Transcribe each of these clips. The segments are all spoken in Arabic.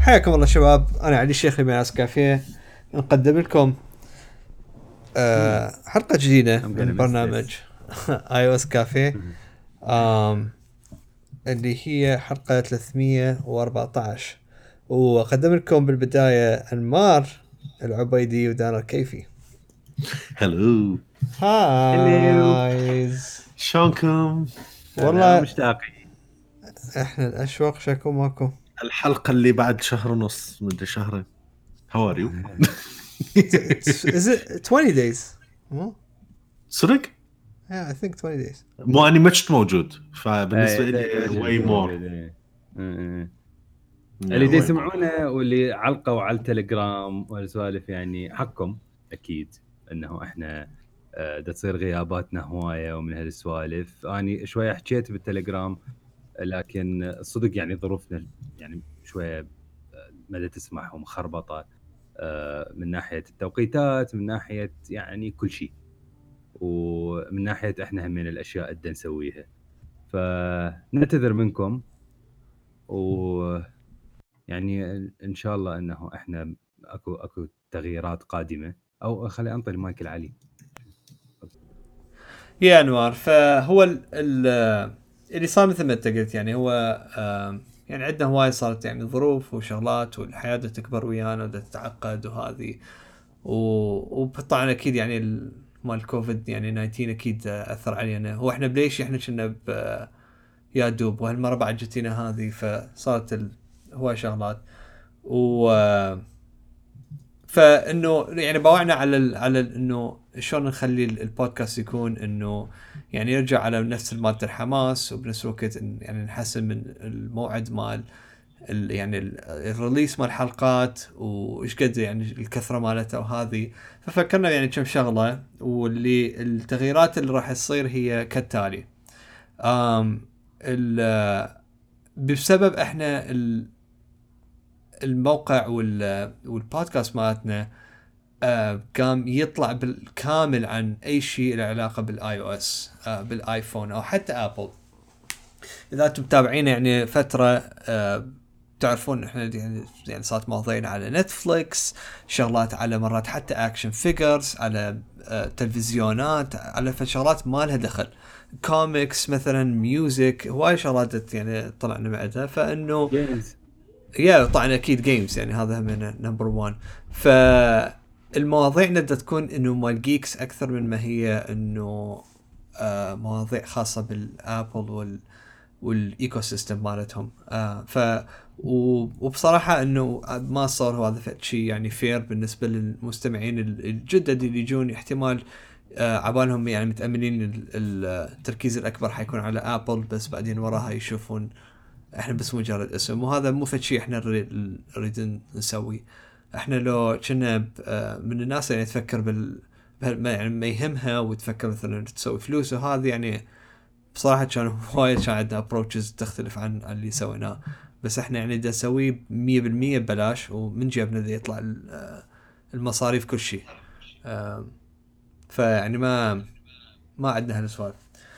حياكم الله شباب، أنا علي الشيخ من آيس كافيه. نقدم لكم حلقة جديدة من برنامج iOS كافيه اللي هي حلقة 314. وقدم لكم بالبداية أنمار العبيدي ودانا الكيفي. هلو هايز شلونكم؟ والله مشتاقين. احنا الأشواق شكو ماكو. الحلقة اللي بعد شهر ونص مدري شهرين. How are you? Is it 20 days? صدق؟ Yeah, I think 20 days. مو اني مشت موجود فبالنسبة لي way more. اللي دي يسمعونه واللي علقوا على التليجرام والسوالف يعني حقكم اكيد انه احنا دا تصير غياباتنا هوايه ومن هالسوالف. اني شويه حكيت بالتليجرام لكن الصدق يعني ظروفنا يعني شويه ما تسمح ومخربطه من ناحيه التوقيتات، من ناحيه يعني كل شيء، ومن ناحيه احنا هم من الاشياء اللي نسويها، فنعتذر منكم. و يعني ان شاء الله انه احنا اكو تغييرات قادمه. او خلي انطي المايك العلي. يا انوار، فهو اللي صار مثل ما انت قلت، يعني هو يعني عندنا هواي صارت يعني ظروف وشغلات، والحياه تكبر ويانا وتتعقد وهذه، وطبعا اكيد يعني مال الكوفيد يعني 19 اكيد اثر علينا. هو احنا بليش احنا كنا يا دوب، وهالمره بعد جتينا هذه، فصارت هواي شغلات. و فانه يعني باوعنا على انه شلون نخلي البودكاست يكون انه يعني يرجع على نفس المادة الحماس، وبنفس الوقت يعني نحسن من الموعد مال يعني الريليس مال الحلقات، وايش قد يعني الكثره مالتها وهذه. ففكرنا يعني كم شغله، واللي التغييرات اللي راح تصير هي كالتالي. بسبب احنا الموقع والبودكاست مالتنا قام يطلع بالكامل عن اي شيء له علاقه بالاي او اس، بالايفون او حتى ابل. اذا انتم متابعين يعني فتره تعرفون احنا يعني صارت مواضيعنا على نتفليكس، شغلات على مرات حتى اكشن فيجرز، على تلفزيونات، على شغلات ما لها دخل، كوميكس مثلا، ميوزك، هواي شغلات يعني طلعنا معدها. فانه جيمز طبعا اكيد جيمز، يعني هذا من نمبر 1. ف المواضيع بدها تكون انه مال جيكس اكثر من ما هي انه مواضيع خاصه بالابل والايكو سيستم مالتهم. وبصراحه انه ما صار هذا شيء يعني فير بالنسبه للمستمعين الجدد اللي يجون، احتمال عبالهم يعني متاملين التركيز الاكبر حيكون على ابل، بس بعدين وراها يشوفون احنا بس مجرد اسم، وهذا مو شيء احنا نريد نسوي. احنا لو كنا من الناس اللي تفكر يعني ما يهمها وتفكر مثلا تسوي فلوس وهذه، يعني بصراحه كان وايد كان عندنا ابروتشز تختلف عن اللي سويناه. بس احنا يعني دا نسويه 100% ببلاش، ومن جيبنا دا يطلع المصاريف كل شيء. فيعني ما عندنا هالسوالف.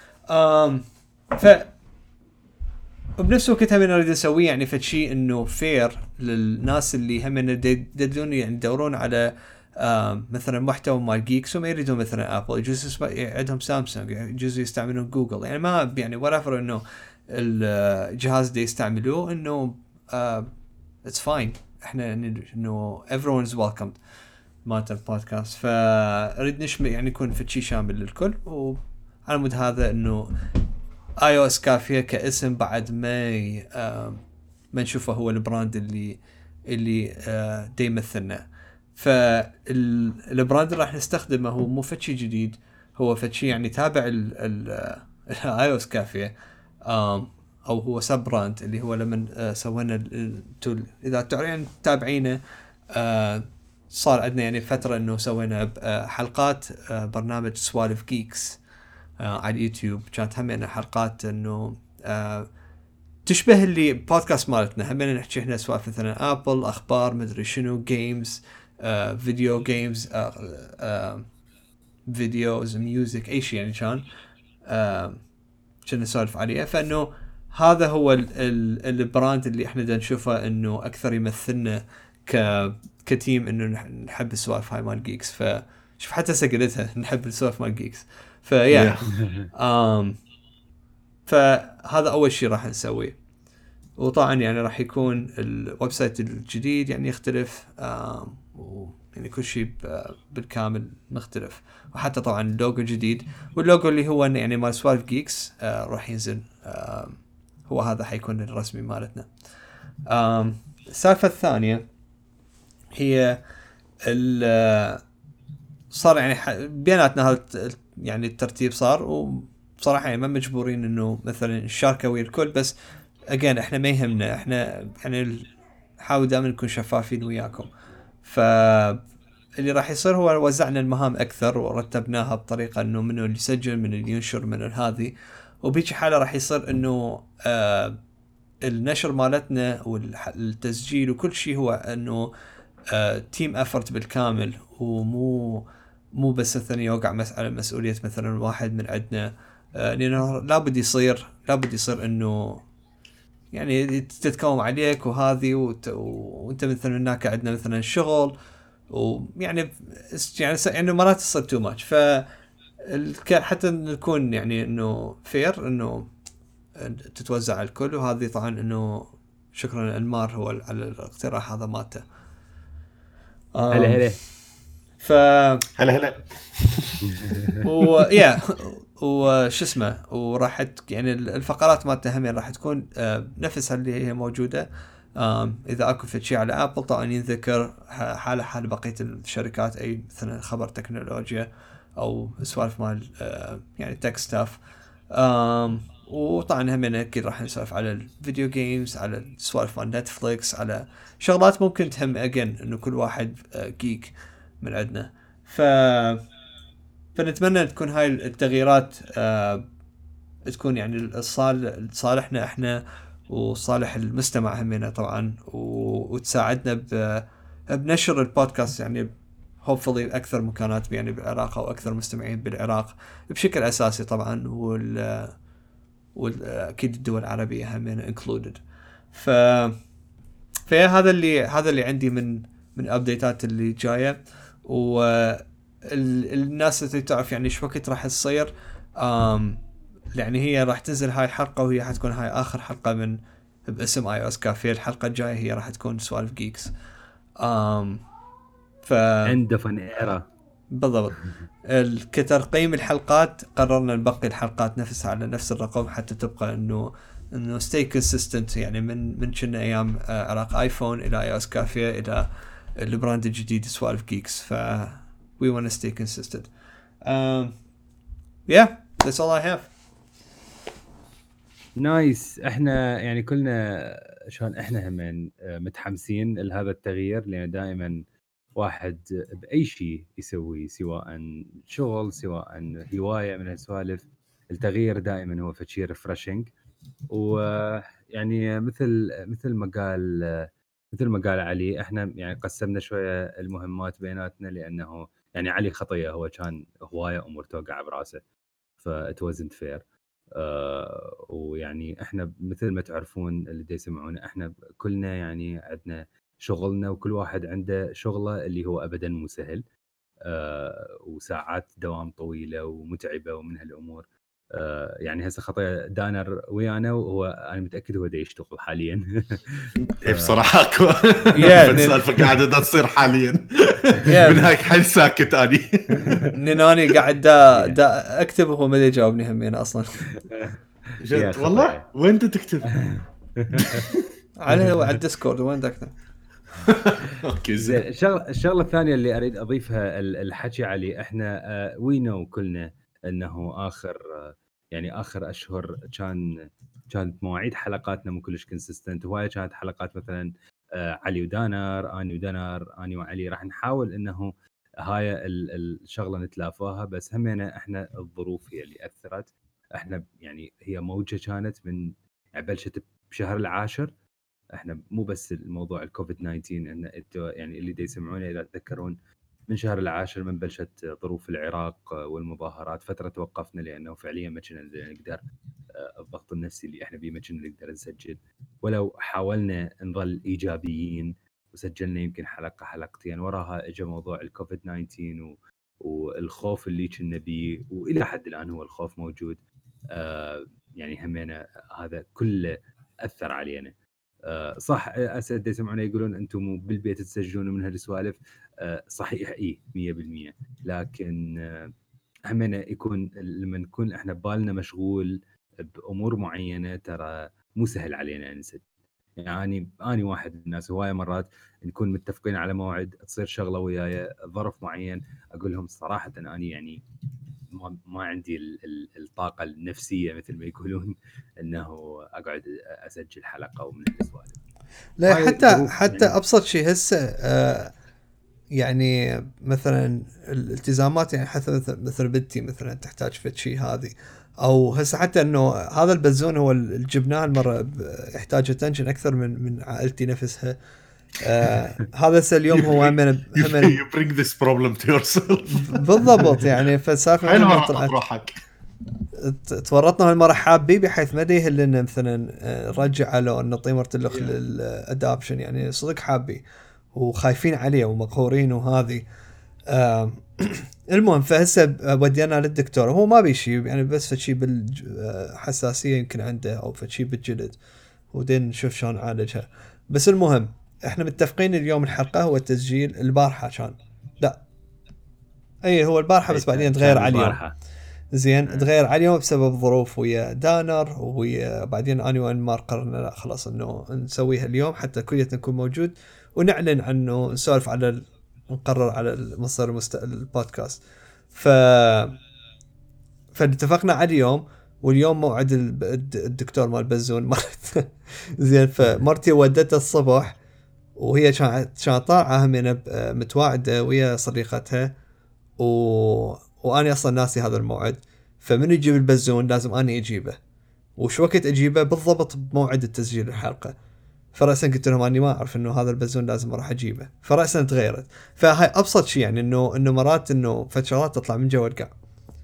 ف وبنفس الوقت هم نريد نسويه يعني فشي انه فير للناس اللي هم يدلون يعني يدورون على مثلا محتوى مال جيكس، وما يريدون مثلا ابل، يجوز عندهم سامسونج، يجوز يستعملون جوجل، يعني ما يعني ورافر انه الجهاز اللي يستعملوه انه اتس فاين. احنا انه everyone's welcomed مالت البودكاست. فاريد نشمل يعني يكون فشي شامل للكل. وعلى مود هذا انه اي او اس كافيه كاسم بعد ما نشوفه هو البراند اللي دي يمثلنا. فالبراند اللي راح نستخدمه هو مو فتشي جديد، هو فتشي يعني تابع الاي او اس كافيه، او هو سب براند اللي هو لما سوينا اذا يعني تابعينه. صار عندنا يعني فتره انه سوينا حلقات برنامج سوالف جيكس على اليوتيوب، كانت همين حلقات انه تشبه اللي بودكاست مالتنا، همين نحكي احنا سوالف مثلا ابل، اخبار، مدري شنو، جيمز، فيديو جيمز، فيديوز، ميوزك، اي شيء يعني كان كنا نسولف عليه. فانه هذا هو البراند اللي احنا دا نشوفه انه اكثر يمثلنا كتيم، انه نحب السوالف هاي مال جيكس. فشوف حتى سجلتها نحب السوالف مال جيكس. فيا فهذا اول شيء راح نسويه. وطبعا يعني راح يكون الويب سايت الجديد يعني يختلف، يعني كل شيء بالكامل مختلف. وحتى طبعا اللوجو جديد، واللوجو اللي هو يعني مال سوالف جيكس راح ينزل، هو هذا حيكون الرسمي مالتنا. السالفة الثانية هي صار يعني بيناتنا هذا يعني الترتيب صار، وبصراحة يعني ما مجبورين انه مثلا نشاركه ويا الكل، بس اجين احنا ما يهمنا، احنا يعني نحاول دائما نكون شفافين وياكم. اللي راح يصير هو وزعنا المهام اكثر ورتبناها بطريقة انه منو اللي يسجل، منو اللي ينشر، منو هذه. وبيجي حالة راح يصير انه النشر مالتنا والتسجيل وكل شيء هو انه تيم افورت بالكامل، مو بس مثلا يوقع على مسؤولية مثلا واحد من عندنا. لانه لابد يصير انه يعني تتكوم عليك وهذه وانت مثلا هناك عندنا مثلا شغل، ويعني يعني مرات تصير تو ماتش. ف حتى نكون يعني انه فير، انه تتوزع على الكل. وهذه طبعا انه شكرا انمار هو على الاقتراح هذا مالته. هلا ف هلا ويا وش اسمه، وراح يعني الفقرات مالته هم راح تكون نفسها اللي هي موجوده. اذا اكو شيء على ابل طبعا ينذكر حال بقيه الشركات، اي مثلا خبر تكنولوجيا او سوالف مال يعني تك ستاف. وطبعا هم اكيد راح نسولف على الفيديو جيمز، على السوالف مال نتفليكس، على شغلات ممكن تهم اجين انه كل واحد جيك من عندنا. فنتمنى تكون هاي التغييرات تكون يعني لصالحنا احنا وصالح المستمع همنا طبعا، وتساعدنا بنشر البودكاست يعني hopefully اكثر مكانات يعني بالعراق، او اكثر مستمعين بالعراق بشكل اساسي طبعا، واكيد الدول العربيه همنا included. فهذا اللي عندي من ابديتات اللي جايه. الناس اللي تعرف يعني ايش وقت راح تصير، يعني هي راح تنزل هاي الحلقه، وهي حتكون هاي اخر حلقه من باسم اي اس كافيه. الحلقه الجايه هي راح تكون سوالف جيكس. ف end of an era. بالضبط. كترقيم الحلقات قررنا نبقي الحلقات نفسها على نفس الرقم، حتى تبقى انه stay consistent، يعني من كنا ايام عراق ايفون الى اي اس كافيه الى البراند الجديد سوالف جيكس. ف we want to stay consistent. Yeah, that's all I have. نايس. احنا يعني كلنا شلون احنا هم متحمسين لهذا التغيير، لان دائما واحد باي شيء يسوي، سواء شغل سواء هوايه من هالسوالف، التغيير دائما هو شيء ريفرشنج. ويعني مثل ما قال علي، احنا يعني قسمنا شويه المهمات بيناتنا، لانه يعني علي خطيه هو كان هوايه امور توقع براسه، فتوزنت فير. ويعني احنا مثل ما تعرفون اللي يسمعونا، احنا كلنا يعني عندنا شغلنا، وكل واحد عنده شغله اللي هو ابدا مو سهل، وساعات دوام طويله ومتعبه ومن هالامور. يعني هسه خطيه دانر ويانا، وهو انا متاكد هو دا يشتغل حاليا. بصراحه اكو سالفه قاعده تصير حاليا. من هاي حل ساكت اني. ناني قاعد دا اكتب وهو ما يجاوبني همين اصلا. جد والله وين تكتب؟ على الديسكورد وين تكتب؟ اوكي زين. زين. الشغله الثانيه اللي اريد اضيفها الحكي علي، احنا وي نو كلنا انه اخر اشهر كانت مواعيد حلقاتنا مو كلش كونسيستنت. هوايه كانت حلقات مثلا علي ودانر، اني وعلي راح نحاول انه هاي الشغله نتلافاها، بس همنا احنا الظروف هي اللي اثرت. احنا يعني هي موجه كانت من يعني بلشت بشهر العاشر. احنا مو بس الموضوع الكوفيد 19، ان انتوا يعني اللي دا يسمعونا اذا تذكرون من شهر العاشر من بلشت ظروف العراق والمظاهرات فترة توقفنا لأنه فعليا ما كنا نقدر الضغط النفسي اللي احنا بيه ما كنا نقدر نسجل، ولو حاولنا نظل إيجابيين وسجلنا يمكن حلقة حلقتين، وراها اجى موضوع الكوفيد 19 والخوف اللي كنا بيه، وإلى حد الآن هو الخوف موجود. يعني همينا هذا كله أثر علينا. صح أسد يسمعونا يقولون أنتم بالبيت تسجلون من هالسوالف، صحيح 100%، لكن همنا يكون لما نكون احنا بالنا مشغول بأمور معينة ترى مو سهل علينا نسد. يعني أنا واحد من الناس هواية مرات نكون متفقين على موعد، تصير شغلة وياي ظرف معين، أقول لهم صراحة أنا يعني ما عندي الطاقة النفسية مثل ما يقولون انه اقعد اسجل حلقة ومن هالسوالف. لا حتى يعني ابسط شيء هسه يعني مثلا الالتزامات، يعني حتى مثل بنتي مثلا تحتاج فد شيء هذه، او هسه حتى انه هذا البزون هو الجبنان مره يحتاج اتنشن اكثر من عائلتي نفسها. هذا اليوم هو هم you bring this problem to yourself. بالضبط يعني فسافر حلوة روحك. تورطنا هالمره حابي بحيث ما يهل لنا مثلا رجع له انه طيمه الاخ للادابشن، يعني صدق حابي وخايفين عليه ومقهورين وهذه. المهم فهسه ودينا للدكتور، هو ما بيشي يعني بس فشي بالحساسيه يمكن عنده او فشي بالجلد، ودين نشوف شلون عالجها. بس المهم احنا متفقين اليوم الحلقه هو التسجيل البارحه كان لا اي هو البارحه بس بعدين تغير على اليوم. زين تغير على اليوم بسبب ظروف ويا دانر ويا بعدين اني وانمار قررنا لا خلاص انه نسويها اليوم حتى كليتنا نكون موجود ونعلن عنه نسولف على نقرر على المصدر البودكاست. فاتفقنا على اليوم، واليوم موعد الدكتور مال بزون مرت زين. فمرتي ودتها الصبح وهي كانت طالعه همين متواعده ويا صديقتها وأنا أصلا ناسي هذا الموعد، فمن يجيب البزون لازم أنا أجيبه، وش وقت أجيبه بالضبط بموعد التسجيل الحلقة. فرأسا قلت لهم أني ما أعرف إنه هذا البزون لازم أروح أجيبه، فرأسا تغيرت. فهاي أبسط شيء يعني إنه مرات إنه فتشارات تطلع من جوا القاع،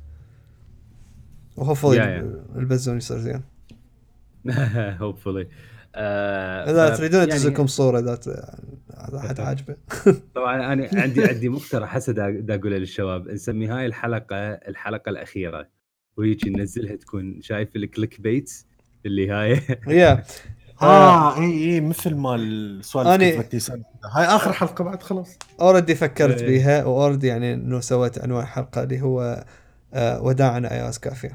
وهوفلي البزون يصير زين. هوبفلي. إذا تريدون تنزلكم صورة هذا حد عاجبه. طبعا أنا عندي مقترح هسه دا أقوله للشباب، نسمي هاي الحلقة الأخيرة، وهيك ننزلها تكون شايف الكليك بيت اللي هاي. اي مثل ما السؤال هاي اخر حلقه بعد خلاص اوريدي فكرت بيها واوريدي يعني انه سويت عنوان حلقه اللي هو وداعا iOS كافيه.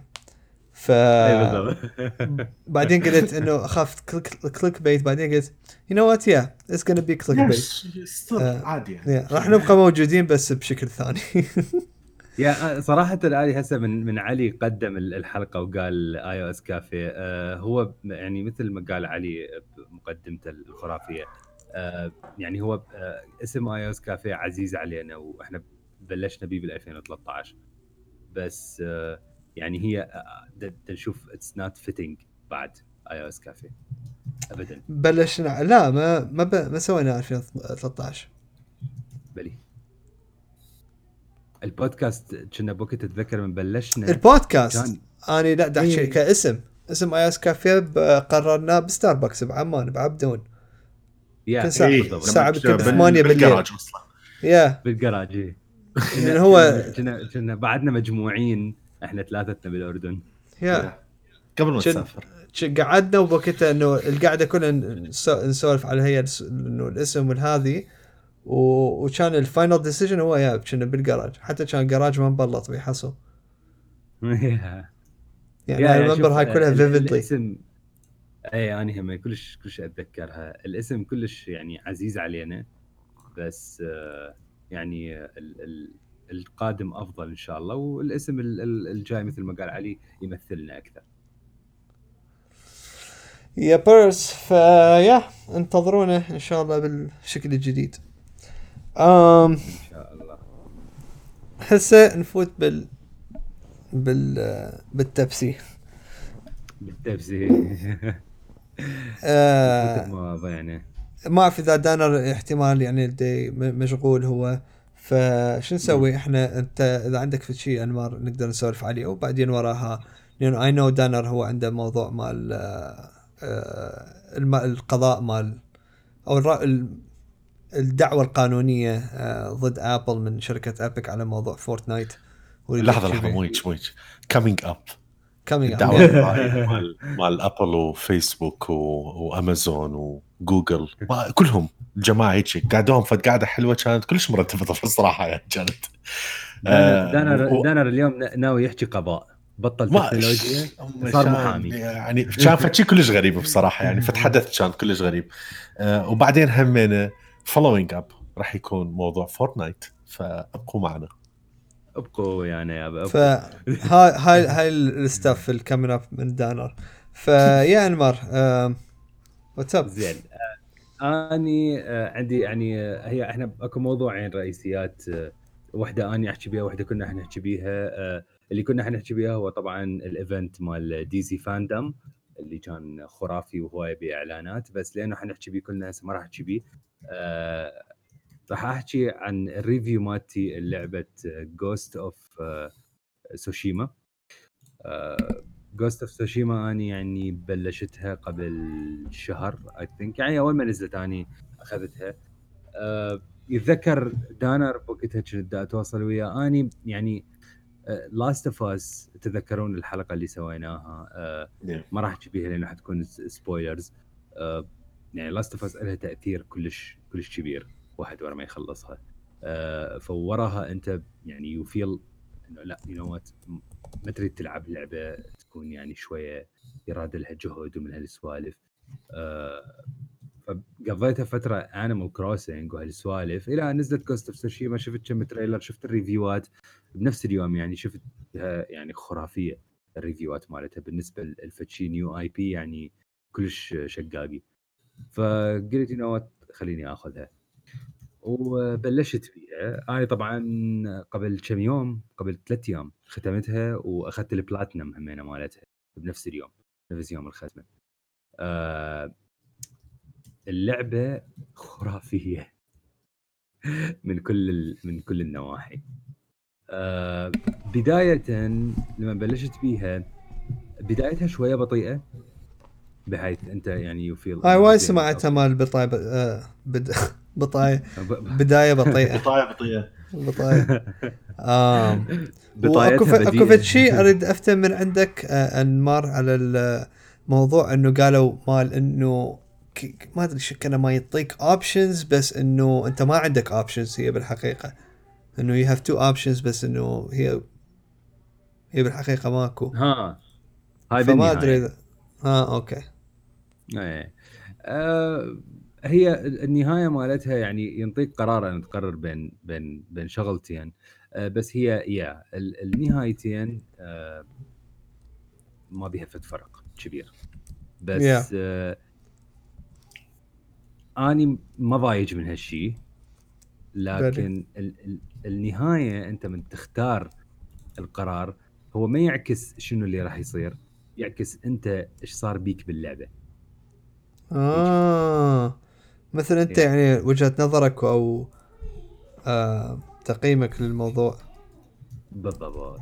بعدين قلت انه اخاف كليك بيت، بعدين قلت you know what yeah it's gonna be click bait عادي يعني راح نبقى موجودين بس بشكل ثاني. يا صراحة الآلي هسه من علي قدم الحلقة وقال iOS كافيه، هو يعني مثل ما قال علي بمقدمته الخرافية، يعني هو اسم iOS كافيه عزيز علينا وإحنا بلشنا بيه بال2013، بس يعني هي نشوف it's not fitting بعد iOS كافيه أبدا. بلشنا لا ما سوينا 2013 بلي البودكاست كنا بوقت تتذكر من بلشنا البودكاست أنا لا دحشي كاسم iOS كافيه قررناه بستاربكس بعمان بعبدون ساعة 8 بالليل بالجراج. يعني هو كنا بعدنا مجموعين احنا ثلاثتنا بالاردن قبل ما نسافر، قعدنا وبوقتها انه القعده كلها نسولف على هي انه الاسم والهذه، وكان الفاينل ديسيجن هو كنا بالجراج، حتى كان الجراج ما مبلط بيحصل. يعني المنبر هاي كلها فيفيدلي. الاسم انا هم كلش اتذكرها، الاسم كلش يعني عزيز علينا، بس يعني القادم افضل ان شاء الله، والاسم الجاي مثل ما قال علي يمثلنا اكثر. يا بيرس فيا انتظرونا ان شاء الله بالشكل الجديد. ان شاء الله. هسه نفوت بالتبسي يعني ما اعرف اذا دانر احتمال يعني مشغول هو، فشو نسوي احنا؟ انت اذا عندك في شيء انمار نقدر نسولف عليه، وبعدين وراها لانه اي نو دانر هو عنده موضوع مال القضاء مال او الدعوه القانونيه ضد ابل من شركه ابيك على موضوع فورتنايت. لحظه مويج كامينج اب. كامينج الدعوه القضائيه مال ابل وفيسبوك وامازون وجوجل كلهم الجماعه هيك قاعدوهم قاعده حلوه كانت كلش مرتبه الصراحه يعني كانت. دانر اليوم ناوي يحكي قضاء، بطل تكنولوجيا صار محامي يعني شافت شيء كلش غريب بصراحه يعني فتحدث كان كلش غريب. وبعدين همين فولوينج اب راح يكون موضوع فورتنايت، فابقوا معنا ابقوا يعني يا ابقوا. هاي الستاف الكاميرا اب من دانر. فيا انمار واتساب زين. اني عندي يعني هي احنا اكو موضوعين رئيسيات، واحده اني احكي بيها واحده كنا احنا نحكي بيها. اللي كنا احنا نحكي بيها هو طبعا الايفنت مال دي سي فاندم اللي كان خرافي وهوايه باعلانات، بس لانه حنحكي بيه كلنا هسه ما راح احكي بيه. راح احكي عن الريفيو مالتي لعبه جوست اوف سوشيما. جوست اوف سوشيما اني يعني بلشتها قبل شهر اي ثينك، يعني اول ما نزلت اني اخذتها. يتذكر دانر بوقتها كنت اتواصل وياه اني يعني لاست اوف اس، تذكرون الحلقه اللي سويناها؟ ما راح احكي بيها لانه حتكون سبويلرز. يعني لاست اوف اس لها تاثير كلش كبير واحد ورا ما يخلصها. فوراها انت يعني يو فيل انه لا يو نو وات، ما تريد تلعب لعبه تكون يعني شويه يراد لها جهد ومن هالسوالف. فقضيتها فتره انيمال كروسنج وهالسوالف الى ان نزلت جوست اوف سوشيما. شفت كم تريلر، شفت الريفيوات بنفس اليوم، يعني شفتها يعني خرافيه الريفيوات مالتها بالنسبه للفتشي نيو اي بي، يعني كلش شقاقي. فقلت انه خليني اخذها وبلشت فيها. انا طبعا قبل كم يوم، قبل 3 ايام ختمتها واخذت البلاتنم همينه مالتها بنفس اليوم، نفس يوم الختمه. اللعبه خرافيه من كل النواحي. بدايه لما بلشت فيها بدايتها شويه بطيئه، بحيث انت يعني يفيل هاي وايد سمعتها مال بطاية بطاية بداية بطيئة بطاية بطايتها اكو فد شيء اريد افتهم من عندك انمار على الموضوع، انه قالوا مال انه ما ادري شو كان ما يعطيك اوبشنز، بس انه انت ما عندك اوبشنز. هي بالحقيقة انه you have two options، بس انه هي بالحقيقة ماكو. هاي فما بالنهاية ادري اوكي. ايه. هي النهايه مالتها يعني ينطيك قرار ان تقرر بين شغلتين. بس هي النهايتين ما بيها فد فرق كبير. بس اني ما ضايج من هالشيء. لكن النهايه انت من تختار القرار هو ما يعكس شنو اللي راح يصير، يعكس انت ايش صار بيك باللعبه. مثل انت يعني وجهة نظرك او تقييمك للموضوع. بالضبط.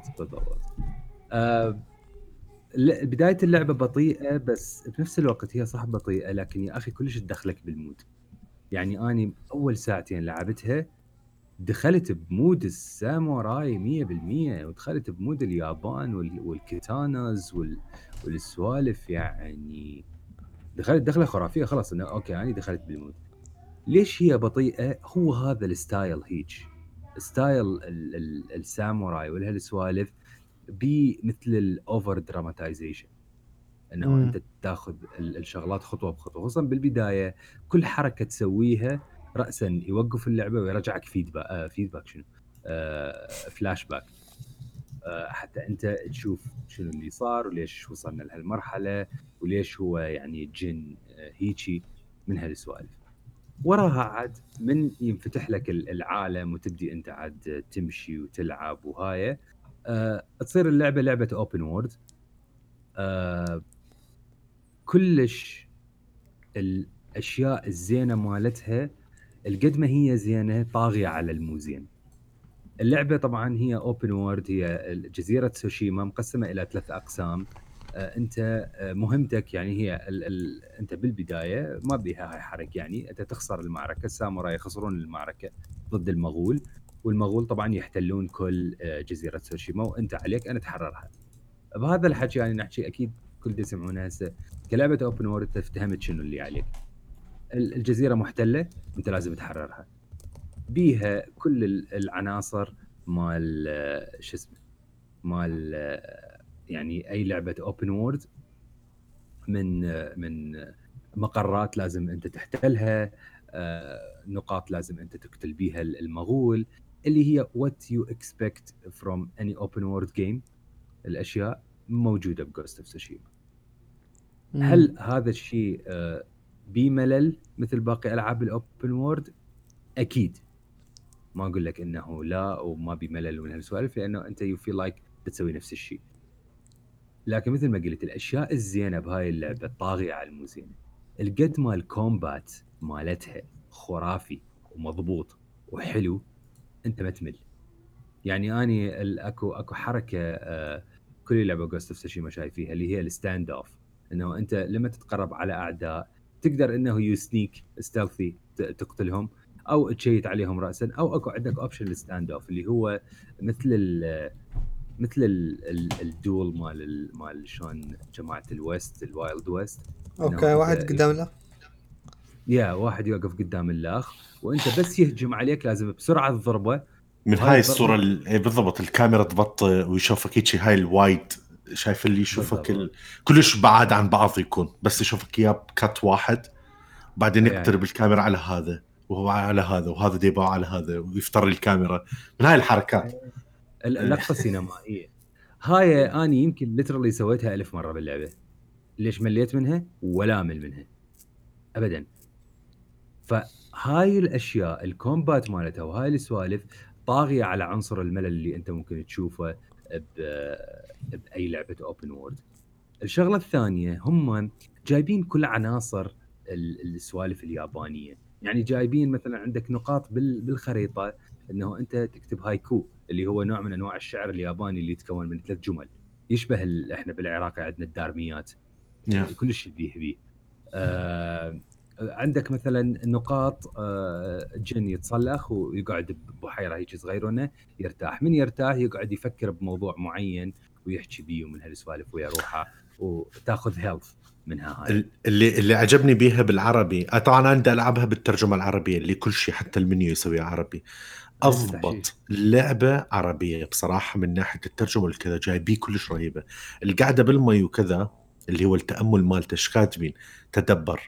بداية اللعبة بطيئة، بس بنفس الوقت هي صح بطيئة، لكن يا أخي كلش تدخلك بالمود. يعني أنا أول ساعتين لعبتها دخلت بمود الساموراي 100%، ودخلت بمود اليابان والكيتاناز والسوالف. يعني دخلت دخلة خرافية خلاص إنه أوكي أنا دخلت بالمود. ليش هي بطيئة؟ هو هذا الستايل هيج، ستايل الساموراي والهالسوالف بمثل الاوفر دراماتيزيشن، انه انت تاخذ الشغلات خطوه بخطوه، خصوصا بالبدايه كل حركه تسويها راسا يوقف اللعبه ويرجعك فيدباك شنو فلاش باك، حتى انت تشوف شنو اللي صار وليش وصلنا لهالمرحله وليش هو يعني جن هيجي من هالسوالف. وراها عاد من ينفتح لك العالم وتبدي انت عاد تمشي وتلعب وهاي تصير اللعبه لعبه اوبن وورد. كلش الاشياء الزينه مالتها القد ما هي زينه طاغيه على المو زين. اللعبه طبعا هي اوبن وورد، هي جزيره تسوشيما مقسمه الى 3 اقسام. انت مهمتك يعني هي انت بالبدايه ما بيها هاي حرق، يعني انت تخسر المعركه، الساموراي يخسرون المعركه ضد المغول، والمغول طبعا يحتلون كل جزيره تسوشيما، وانت عليك ان تحررها. بهذا الحكي يعني نحكي اكيد كل اللي يسمعونه هسه كلعبه اوبن وورد تفهمت شنو اللي عليك. الجزيره محتله، انت لازم تحررها، بيها كل العناصر مال شو اسمه، مال يعني اي لعبه اوبن وورد، من مقرات لازم انت تحتلها، نقاط لازم انت تقتل بيها المغول، اللي هي what you expect from any open world game. الاشياء موجوده بجوست اوف تسوشيما. هل هذا الشيء بملل مثل باقي العاب الاوبن وورد؟ اكيد ما اقول لك انه لا وما بملل من هالسوالف، لانه انت يو فيل لايك تسوي نفس الشيء. لكن مثل ما قلت الاشياء الزينه بهاي اللعبه الطاغيه على المو زينه. القد مال كومبات مالتها خرافي ومضبوط وحلو، انت ما تمل. يعني اني اكو حركه كل لعبه جوست اوف تسوشيما شايفيها، اللي هي الستاند اوف، انه انت لما تتقرب على اعداء تقدر انه يو سنيك ستيلثي تقتلهم او تشيت عليهم راسا، او اكو عندك اوبشن الستاند اوف اللي هو مثل الدول مال شلون جماعه الويست، الوايلد ويست. اوكي، واحد قدام له. يا واحد يوقف قدام الاخ، وانت بس يهجم عليك لازم بسرعه تضربه. من هاي الصورة بالضبط الكاميرا تبطئ ويشوفك هيك، هاي الوايد شايف اللي يشوفك كلش بعاد عن بعض يكون، بس يشوفك اياه بكت واحد، بعدين يقترب الكاميرا على هذا وهو على هذا وهذا ديبا على هذا ويفتر الكاميرا. من هاي الحركات اللقطة السينمائية هاي أنا يمكن ليترالي سويتها 1000 مرة باللعبة. ليش مليت منها؟ ولا أمل منها أبدا. فهاي الأشياء الكومبات مالتها وهاي السوالف طاغية على عنصر الملل اللي أنت ممكن تشوفه بأي لعبة أوبن وورد. الشغلة الثانية هم جايبين كل عناصر السوالف اليابانية، يعني جايبين مثلا عندك نقاط بالخريطة انه انت تكتب هايكو، اللي هو نوع من انواع الشعر الياباني اللي يتكون من 3 جمل، يشبه احنا بالعراق عندنا الدارميات. كلش شبيه به. عندك مثلا نقاط جن يتصلخ ويقعد ببحيره هيك صغيرونه يرتاح، من يرتاح يقعد يفكر بموضوع معين ويحكي بيه ومن هالسوالف ويا روحه وتاخذ هيلث منها. هاي اللي عجبني بيها بالعربي، طبعا انا بدي العبها بالترجمه العربيه اللي كل شيء حتى المنيو يسويه عربي. اضبط لعبه عربيه بصراحه من ناحيه الترجمه والكذا، جايبيه كلش رهيبه. القعده بالمي وكذا اللي هو التامل مالته كاتبين تدبر،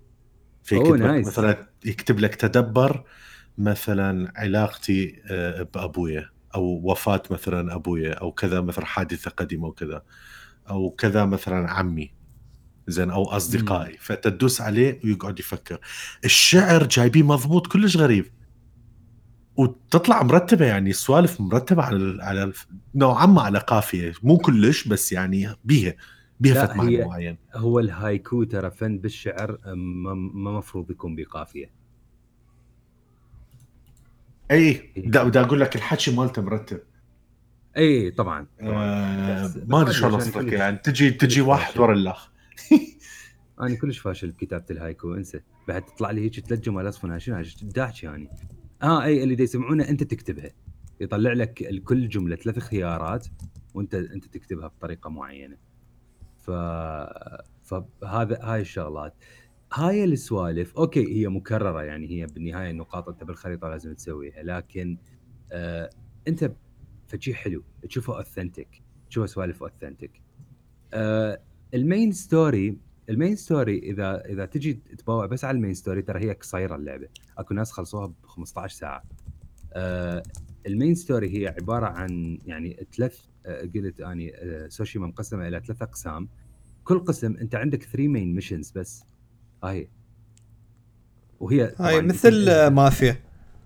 مثلا يكتب لك تدبر مثلا علاقتي بابويا، او وفاه مثلا ابويا، او كذا مثلا حادثه قديمه وكذا، او كذا مثلا عمي زين، او اصدقائي. فتدوس عليه ويقعد يفكر. الشعر جايبيه مضبوط كلش غريب، وتطلع مرتبه، يعني السوالف مرتبه على نوعا ما على قافيه، مو كلش بس يعني بيها فت معنى معين. هو الهايكو ترى فن بالشعر ما مفروض يكون بقافيه. اي دا اقول لك الحكي مالته مرتب. اي طبعا ما ادري شلون اصفك، يعني تجي واحد ورا الاخ. انا كلش فاشل بكتابه الهايكو، انسى. بعد تطلع لي هيك 3 جمل اصفنها شنو داعش يعني. اي اللي يسمعونه انت تكتبها، يطلع لك كل جمله 3 خيارات وانت تكتبها بطريقه معينه. فهذا هاي الشغلات، هاي السوالف اوكي هي مكرره، يعني هي بالنهايه النقاط انت بالخريطه لازم تسويها، لكن انت فشي حلو تشوفه اوثنتيك، تشوفه سوالف اوثنتيك. المين ستوري اذا تجي تباوع بس على المين ستوري، ترى هي قصيره اللعبه، اكو ناس خلصوها ب 15 ساعه. المين ستوري هي عباره عن يعني 3 قلت اني سوشيما مقسمه الى 3 اقسام، كل قسم انت عندك 3 مين ميشنز بس. هاي وهي هاي مثل مافيا.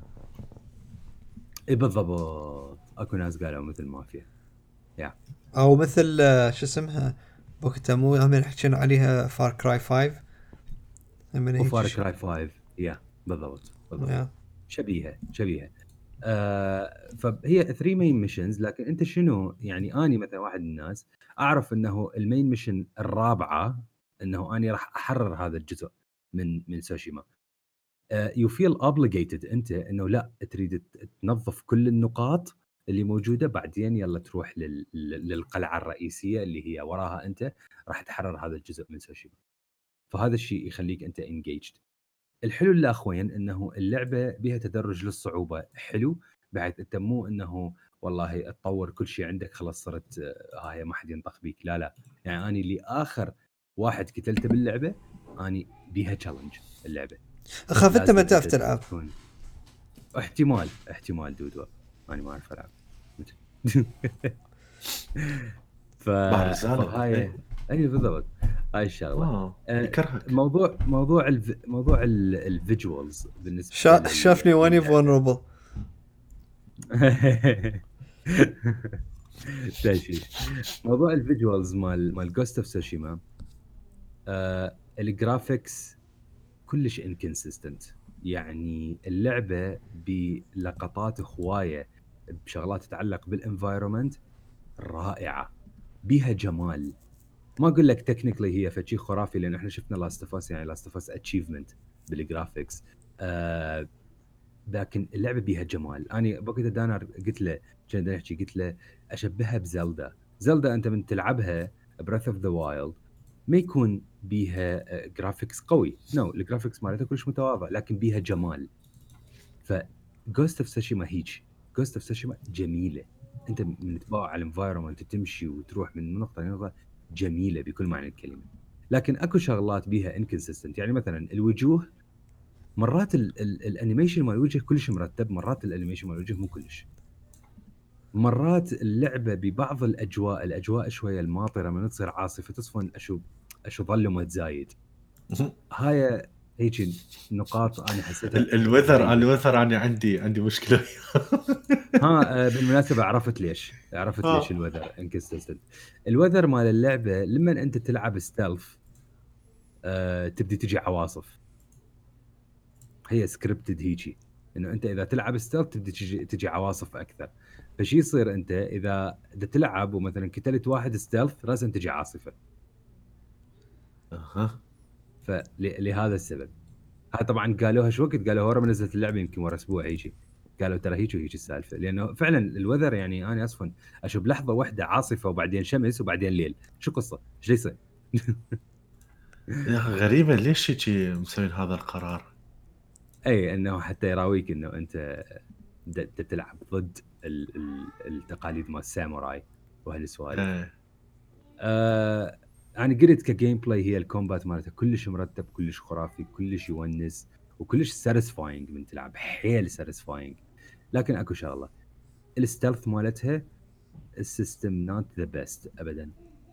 اي بالضبط، اكو ناس قالوا مثل مافيا او مثل شو اسمها وقتها، مو هم حكينا عليها فار كراي 5. فار كراي 5 بالضبط شبيهه. فهي 3 مين ميشنز، لكن انت شنو يعني اني مثلا واحد من الناس اعرف انه المين ميشن الرابعه انه اني راح احرر هذا الجزء من سوشيما. يو فيل اوبليجيتد انت انه لا تريد تنظف كل النقاط اللي موجوده، بعدين يلا تروح للقلعه الرئيسيه اللي هي وراها انت راح تحرر هذا الجزء من سوشيما. فهذا الشيء يخليك انت انجيجد. الحلو اللي اخوين انه اللعبه بها تدرج للصعوبه حلو، بحيث انت مو انه والله تطور كل شيء عندك خلاص صرت هاي ما حد ينطق بيك، لا لا. يعني اني اللي اخر واحد قتلته باللعبه اني بيها تشالنج اللعبه. اخاف انت لازم ما تعرف أنت تلعب. تكون احتمال دودو انا ما اعرف العب. ف... بحر الزانق. فهاي اي بالضبط هاي الشغله. يكرهك. موضوع الفيجوالز بالنسبه شافني واني فولنربل. تشيش. موضوع الفيجوالز مال جوست اوف سوشيما، الجرافيكس كلش انكونسيستنت. يعني اللعبه بلقطات هوايه بشغلات تتعلق بالانفايرمنت رائعه، بيها جمال. ما اقول لك تكنيكلي هي فشي خرافي، لان احنا شفنا لاست اوف اس، يعني لاست اوف اس اتشيفمنت بالجرافيكس. لكن اللعبه بيها جمال. انا بوقت دانر قلت له، كنا نحكي قلت له اشبهها بزلدا. زلدا انت من تلعبها بريث اوف ذا وايلد ما يكون بيها جرافيكس قوي، الجرافيكس مالتها كلش متواضع، لكن بيها جمال. فجوست اوف سوشيما هيك، جوست اوف سوشيما جميله. انت من تباع على الانفايرمنت تمشي وتروح من نقطه لنقطه، جميله بكل معنى الكلمه. لكن اكو شغلات بيها انكونسيستنت، يعني مثلا الوجوه مرات الانيميشن مال الوجه كلش مرتب، مرات الانيميشن مال الوجه مو كلش. مرات اللعبه ببعض الاجواء شويه الماطره من تصير عاصفه تصفن اشو ظلمت زايد. هاي هيك نقاط انا حسيتها. الوذر انا عندي مشكله. بالمناسبه عرفت ليش الوذر انكونسيستنت. الوذر مال اللعبه لما انت تلعب ستيلث تبدي تجي عواصف، هي سكريبتد هيجي انه انت اذا تلعب ستيلث تبدي تجي عواصف اكثر. فشي يصير انت اذا تلعب ومثلا قتلت واحد ستيلث لازم تجي عاصفه. فلهذا السبب. هاي طبعا قالوها شو وقت قالوا ورا ما نزلت اللعبه، يمكن ورا اسبوع هيجي قالوا ترى هيك وهيك السالفه، لانه فعلا الوذر يعني انا اصلا اشوف لحظه واحده عاصفه وبعدين شمس وبعدين ليل، شو قصه ايش يصير؟ يا أخي غريبه ليش هيك مسوين هذا القرار؟ اي انه حتى يراويك انه انت تلعب ضد التقاليد مال الساموراي وهالسوالف. انا قلت كجيم بلاي هي الكومبات مالتها كلش مرتب، كلش خرافي، كلش يونس، وكلش ساتيسفاينج من تلعب، حيل ساتيسفاينج. لكن اكو شغله، الستيلث مالتها السيستم نوت ذا بيست ابدا.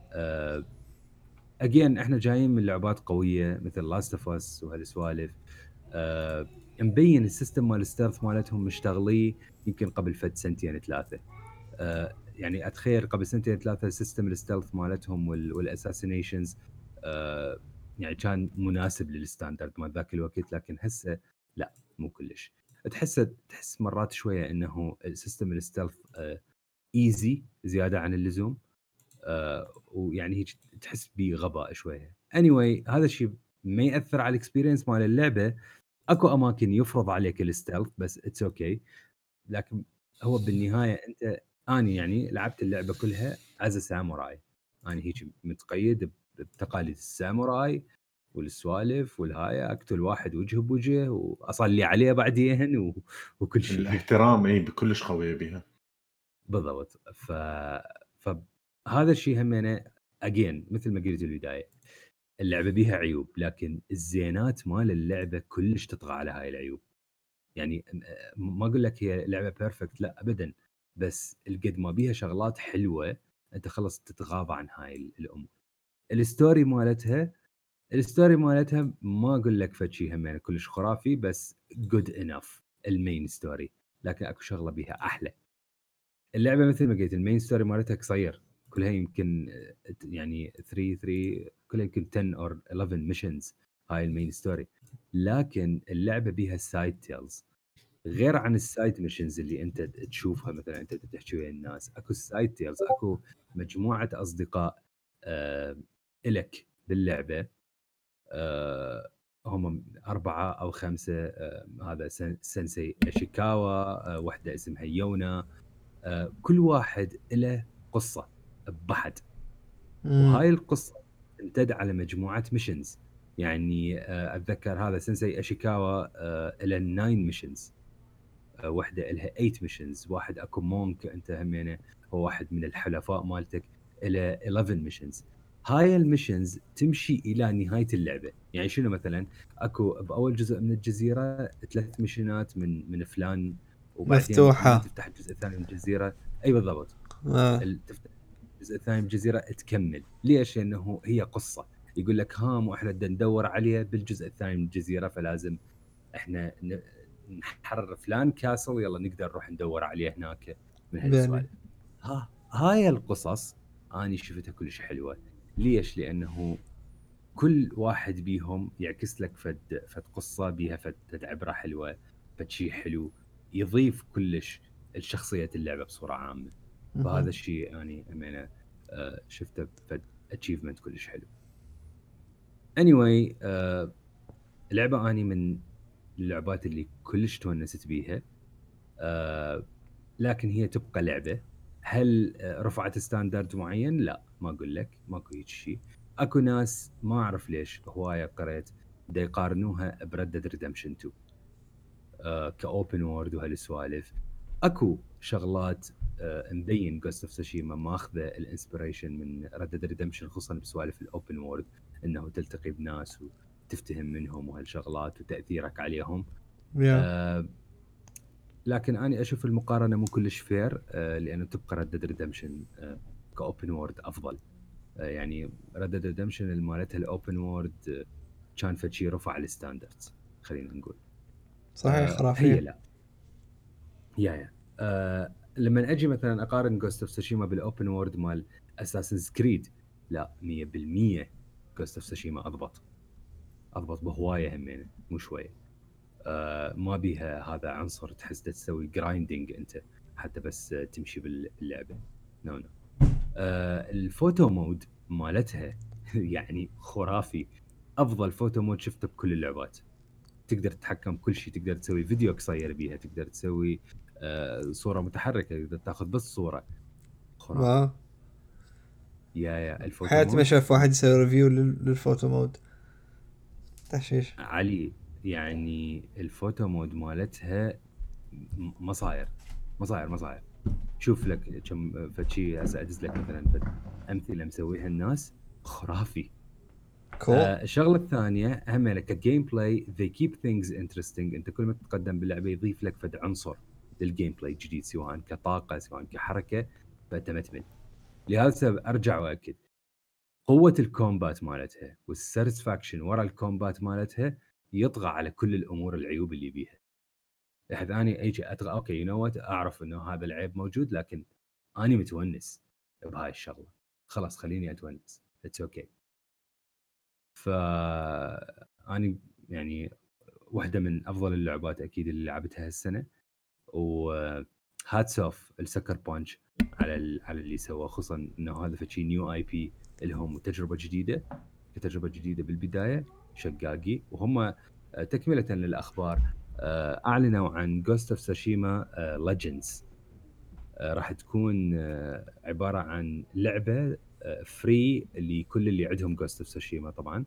اجين احنا جايين من لعبات قويه مثل لاست اوف اس وهالسوالف. مبين السيستم مال الستيلث مالتهم مشتغليه يمكن قبل فد سنتين ثلاثه. يعني اتخيل قبل سنتين ثلاثه سيستم الستيلث مالتهم والاساسينيشنز يعني كان مناسب للستاندرد مال ذاك الوقت، لكن هسه لا مو كلش. تحس مرات شويه انه السيستم الستيلث ايزي زياده عن اللزوم، ويعني هيك تحس بغباء شويه. anyway هذا الشيء ما ياثر على الاكسبيرينس مال اللعبه. اكو اماكن يفرض عليك الستيلث بس اتس اوكي. لكن هو بالنهايه انت، اني يعني لعبت اللعبه كلها از ساموراي، اني هيك متقيد بتقاليد الساموراي والسوالف والهاي، اقتل واحد وجه بوجه واصلي عليه بعدين وكل شيء. الاحترام بكلش قويه بها. بالضبط. فهذا الشيء همينه اجين مثل ما قلت البدايه، اللعبه بيها عيوب، لكن الزينات مال اللعبه كلش تطغى على هاي العيوب. يعني ما اقول لك هي لعبه بيرفكت، لا ابدا، بس القد ما بيها شغلات حلوه انت خلص تتغاضى عن هاي الامور. الستوري مالتها ما اقول لك فد شيء همين كلش خرافي، بس جود انف المين ستوري. لكن اكو شغله بيها احلى. اللعبه مثل ما قلت المين ستوري مالتها قصير، كلها يمكن يعني 3 كلها يمكن 10 or 11 ميشنز هاي المين ستوري. لكن اللعبه بيها سايد تيلز غير عن السايد ميشنز اللي انت تشوفها مثلا انت تحكي ويا الناس، اكو السايد تيلز، اكو مجموعه اصدقاء الك باللعبه، هم 4 أو 5. هذا سensei إيشيكاوا، واحدة اسمها يونا. كل واحد له قصة بحد، وهاي القصة تمتد على مجموعة ميشنز. يعني أتذكر هذا سensei إيشيكاوا له 9 ميشنز، واحدة لها 8 ميشنز، واحد أكو مونك أنت همينه هو واحد من الحلفاء مالتك له 11 ميشنز. هاي الميشنز تمشي الى نهايه اللعبه. يعني شنو مثلا اكو باول جزء من الجزيره 3 ميشنات من فلان، وبعدين مفتوحة. من تفتح الجزء الثاني من الجزيره. اي بالضبط. تفتح الجزء الثاني من الجزيره تكمل. ليش؟ لانه هي قصه، يقول لك هام واحنا بدنا ندور عليها بالجزء الثاني من الجزيره، فلازم احنا نحرر فلان كاسل، يلا نقدر نروح ندور عليه هناك من هالسوالف. هاي القصص اني شفتها كلش حلوه. ليش؟ لانه كل واحد بيهم يعكس لك فد قصه بيها فد عبره حلوه، فد شيء حلو يضيف كلش الشخصيه اللعبه بصوره عامه. فهذا الشيء يعني امانه شفته فد اتشيفمنت كلش حلو. anyway اللعبه اني من اللعبات اللي كلش تونست بيها، لكن هي تبقى لعبه. هل رفعت ستاندرد معين؟ لا، ما اقول لك، ماكو هيك شيء. اكو ناس ما اعرف ليش هوايه قريت دا يقارنوها بردد ريدمشن 2 كاوبن وورد وهالسوالف. اكو شغلات مبين جوست اوف سوشيما ماخذه الانسبريشن من ردد ريدمشن، خصوصا بسوالف الاوبن وورد، انه تلتقي بناس وتفتهم منهم وهالشغلات وتاثيرك عليهم. لكن أنا أشوف المقارنة مو كلش فير، لأنه تبقى ردد ريدمشن كأوبن وورد أفضل. يعني ردد ريدمشن مالتها الأوبن وورد كان فشي رفع الستاندردز، خلينا نقول. صحيح خرافية. هي لا يا لما أجي مثلا أقارن جوست اوف سوشيما بالأوبن وورد مال أساسنز كريد، لا 100% جوست اوف سوشيما أضبط بهواية همينة، مو شوية. ما بيها هذا عنصر تحس تسوي جرايندنج انت حتى بس تمشي باللعبه. نو الفوتو مود مالتها يعني خرافي، افضل فوتو مود شفته بكل اللعبات. تقدر تتحكم كل شيء، تقدر تسوي فيديو قصير بيها، تقدر تسوي صوره متحركه، تقدر تاخذ بس صوره. خرافي. يا الفوتو حياتي ما مود شاف واحد يسوي ريفيو للفوتو مود تحشيش علي. يعني الفوتو مود مالتها مصاير. شوف لك كم فشي هسه ادز لك مثلا امثله مسويها الناس خرافي. الشغله الثانيه هم لك كجيم بلاي they keep things interesting. انت كل ما تتقدم باللعبه يضيف لك فد عنصر للجيم بلاي جديد، سواء كطاقه سواء كحركه، فانت ما تمل. لهذا السبب ارجع واكد قوه الكومبات مالتها والساتسفاكشن ورا الكومبات مالتها يطغى على كل الامور العيوب اللي بيها. لحد اني اجي اوكي يو نو وات، اعرف انه هذا العيب موجود، لكن اني متونس بهاي الشغله، خلاص خليني اتونس، اتس اوكي. فاني يعني واحده من افضل اللعبات اكيد اللي لعبتها هالسنه. وهاتس اوف السكر بانش على اللي سواه، خصوصا انه هذا فشي نيو اي بي لهم تجربه جديده بالبدايه شقاقي. وهم تكمله للاخبار اعلنوا عن جوست اوف سوشيما ليجندز. راح تكون عباره عن لعبه فري لكل اللي عندهم جوست اوف سوشيما. طبعا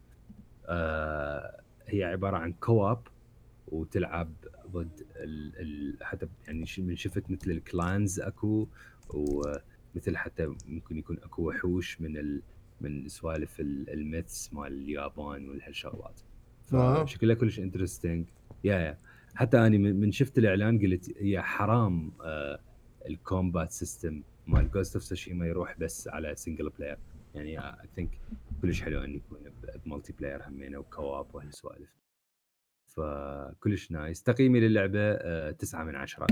هي عباره عن كواب، وتلعب ضد حتى يعني من شفت مثل الكلانز اكو، ومثل حتى ممكن يكون اكو وحوش من سوالف الميثس مال اليابان وهالشغلات. فشكلها كلش انترستينج. يا حتى اني من شفت الاعلان قلت يا حرام الكومبات سيستم مال جوست اوف سوشيما يروح بس على سنجل بلاير. يعني اي ثينك كلش حلو ان يكون بمالتي بلاير همينه وكواب وهالسوالف. فكلش نايس. تقييمي للعبه 9 من 10.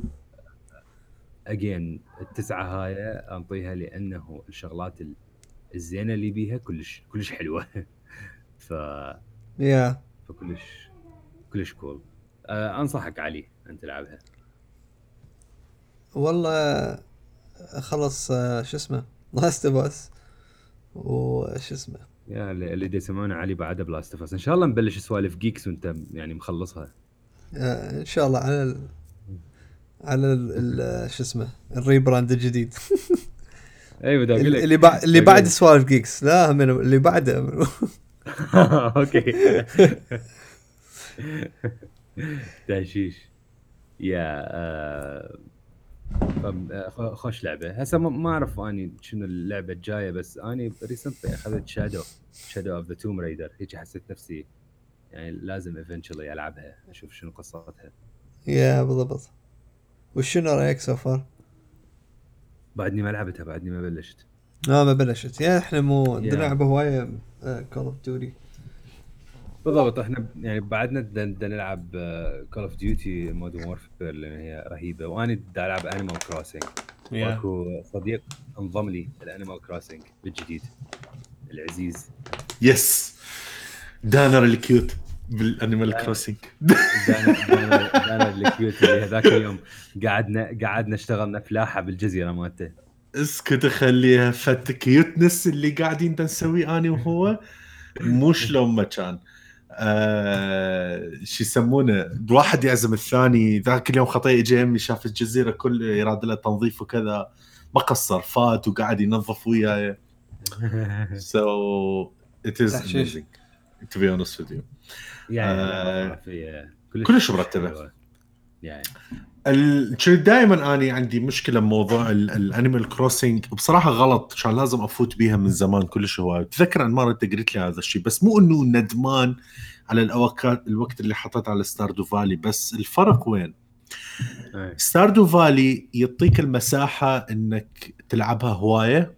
اجين التسعة هاي انطيها لانه الشغلات الزينه اللي بيها كلش حلوه. فكلش كول. انصحك علي ان تلعبها. والله خلص شو اسمه لاست اوف اس وش اسمه يا اللي دي يسمونه علي بعد بلاست اوف اس، ان شاء الله نبلش سوالف جيكس وانت يعني مخلصها. ان شاء الله على شو اسمه الريبراند الجديد. ايوه دا اقول لك اللي بعد سوالف جيكس، لا من اللي بعده. اوكي. تهشيش يا خوش لعبه. هسه ما اعرف اني شنو اللعبه الجايه، بس اني ريسنتلي اخذت شادو اوف ذا توم رايدر، هيك حسيت نفسي يعني لازم ايفنتشولي العبها اشوف شنو قصتها. يا بالضبط. وشنو رايك سوفر؟ بعدني ما لعبتها، بعدني ما بلشت. ما بلشت. يا احنا مو يا. نلعب هوايه كول اوف ديوتي. بالضبط، احنا يعني بعدنا بدنا نلعب كول اوف ديوتي مودرن وورفير لان هي رهيبه، وانا بدي العب انيمال كروسنج. واكو صديق انضم لي الانيمال كروسنج بالجديد العزيز. يس دانر الكيوت بالانيمال كروسنج. دانر الكيوت اللي هذاك اليوم قعدنا اشتغلنا فلاحه بالجزيره مالته. اسكت خليها فت كيوتنس اللي قاعدين نسويه انا وهو مو شلون ما كان. شو يسمونه، واحد يعزم الثاني. ذاك اليوم خطيه اجى يمي شاف الجزيره كل يراد لها تنظيف وكذا، ما قصر فات وقاعد ينظف وياي. so it is amazing to be honest with you. يعني كلش مرتبه. يعني كنت دائما اني عندي مشكله بموضوع الانيمال كروسنج بصراحه، غلط كان لازم افوت بيها من زمان كلش هواي. تذكر ان مره انت قلت لي هذا الشيء، بس مو انه ندمان على الوقت اللي حطيت على ستاردو فالي. بس الفرق وين؟ ستاردو فالي يعطيك المساحه انك تلعبها هوايه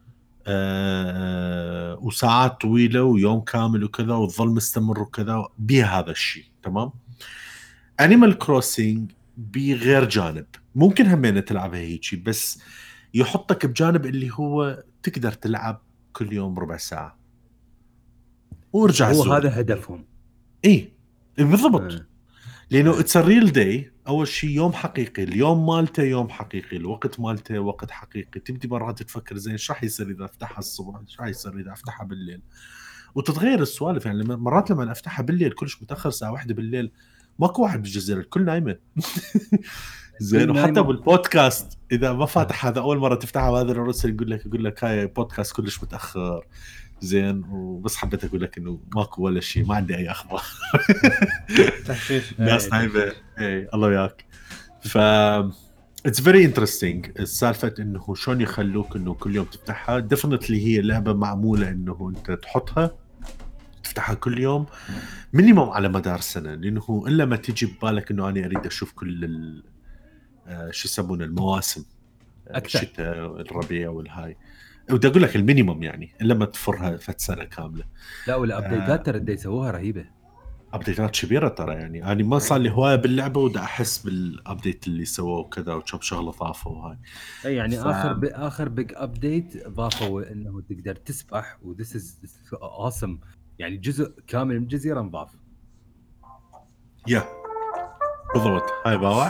وساعات طويله ويوم كامل وكذا وتظل مستمر وكذا بها هذا الشيء. تمام. انيمال كروسنج بغير جانب، ممكن همين تلعبها هيجي، بس يحطك بجانب اللي هو تقدر تلعب كل يوم ربع ساعة وارجع هو زور. هذا هدفهم. ايه بالضبط. لانه اتس ريل داي. اول شيء يوم حقيقي، اليوم مالته يوم حقيقي، الوقت مالته وقت حقيقي. تبدي مرات تفكر زين ايش راح يصير اذا افتحها الصبح، ايش راح يصير اذا افتحها بالليل، وتتغير السوالف. يعني مرات لما افتحها بالليل كلش متاخر الساعه 1 بالليل ماكو واحد بالجزيره، الكل نايمه. زين. وحتى بالبودكاست اذا ما فاتح هذا اول مره تفتحها وهذا الرسل يقول لك هاي بودكاست كلش متاخر. زين. وبس حبيت اقول لك انه ماكو ولا شيء، ما عندي اي اخبار. تحشيش. ناس نايمه. اي الله وياك. ف اتس فيري انترستينج السالفه انه شلون يخلوك انه كل يوم تفتحها. ديفنتلي هي لعبه معموله انه انت تحطها تفتحها كل يوم مينيموم على مدار سنه، لانه الا ما تيجي ببالك انه انا اريد اشوف كل شو يسمونه المواسم، الشتاء الربيع والهاي. ودي اقول لك المينيموم يعني الا ما تفرها فت سنه كامله. لا والابديتات ترى بدي يسووها رهيبه، ابديتات كبيره ترى. يعني انا ما صار لي هوايه باللعبه ودا احس بالابديت اللي سووه وكذا وكم شغله ضافوا وهاي. اي يعني اخر بيج ابديت ضافوا انه تقدر تسبح وذس از اوسم، يعني جزء كامل من الجزيره انضاف. يا بالضبط. هاي باوع.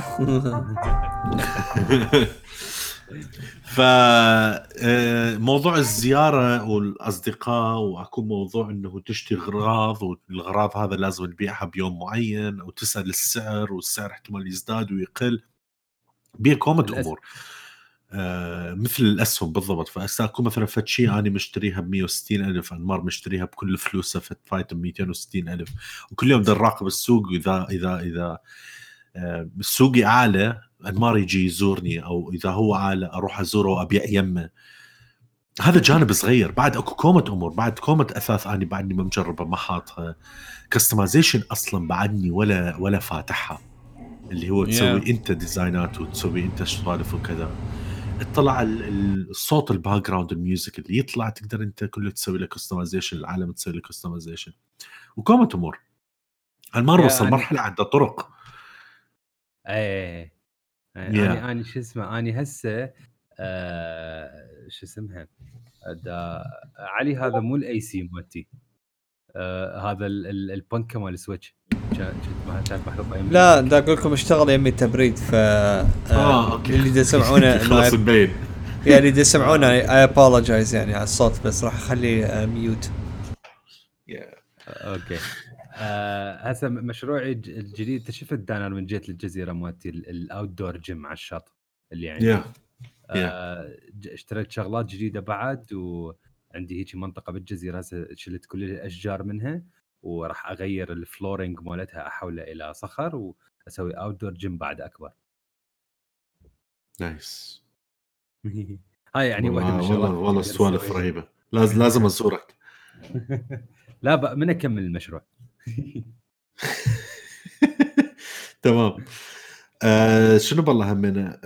فموضوع الزيارة والأصدقاء، وأكون موضوع أنه تشتري أغراض، والأغراض هذا لازم تبيعها بيوم معين، أو تسأل السعر، والسعر احتمال يزداد ويقل بيكومة أمور. مثل الأسهم بالضبط. فأستاكو مثلا فتشي أنا مشتريها ب160,000، أنمار مشتريها بكل فلوسها فتفايت ب260,000، وكل يوم نراقب السوق. إذا سوقي أعلى أنمار يجي يزورني، أو إذا هو أعلى أروح أزوره وأبيع يمه. هذا جانب صغير. بعد أكو كومة أمور، بعد كومة أثاث أنا بعدني ما مجربة ما حاطها. كستمايزيشن أصلا بعدني ولا فاتحها، اللي هو تسوي أنت ديزاينات وتسوي أنت سوالف وكذا. اطلع الصوت الباك جراوند الميوزك اللي يطلع تقدر أنت كله تسوي له كستمايزيشن، العالم تسوي له كستمايزيشن وكومة أمور. أنمار وصل مرحلة عنده طرق. اي اني شو اسمه، اني هسه شو اسمها علي، هذا مو الاي سي مالتي، هذا البنكه مال السويتش. كانت محطوطه يمي. لا دا اقول لكم اشتغل يمي التبريد ف اوكي اللي دا يسمعونه خلاص مبين. يعني اللي يسمعونه اي ابولوجايز يعني على الصوت بس راح اخليه ميوت. اوكي. هسه مشروعي الجديد. شفت دانا من جيت للجزيره مالتي الاوت دور جيم على الشط اللي عندي. اشتريت شغلات جديده بعد، وعندي هيك منطقه بالجزيره هسه شلت كل الاشجار منها وراح اغير الفلورينج مالتها احوله الى صخر واسوي اوت دور جيم بعد اكبر. نايس. هاي يعني واحده من الشغلات والله سوالف رهيبه. لازم ازورك. لا بقى من اكمل المشروع. تمام. شنو بالله همنا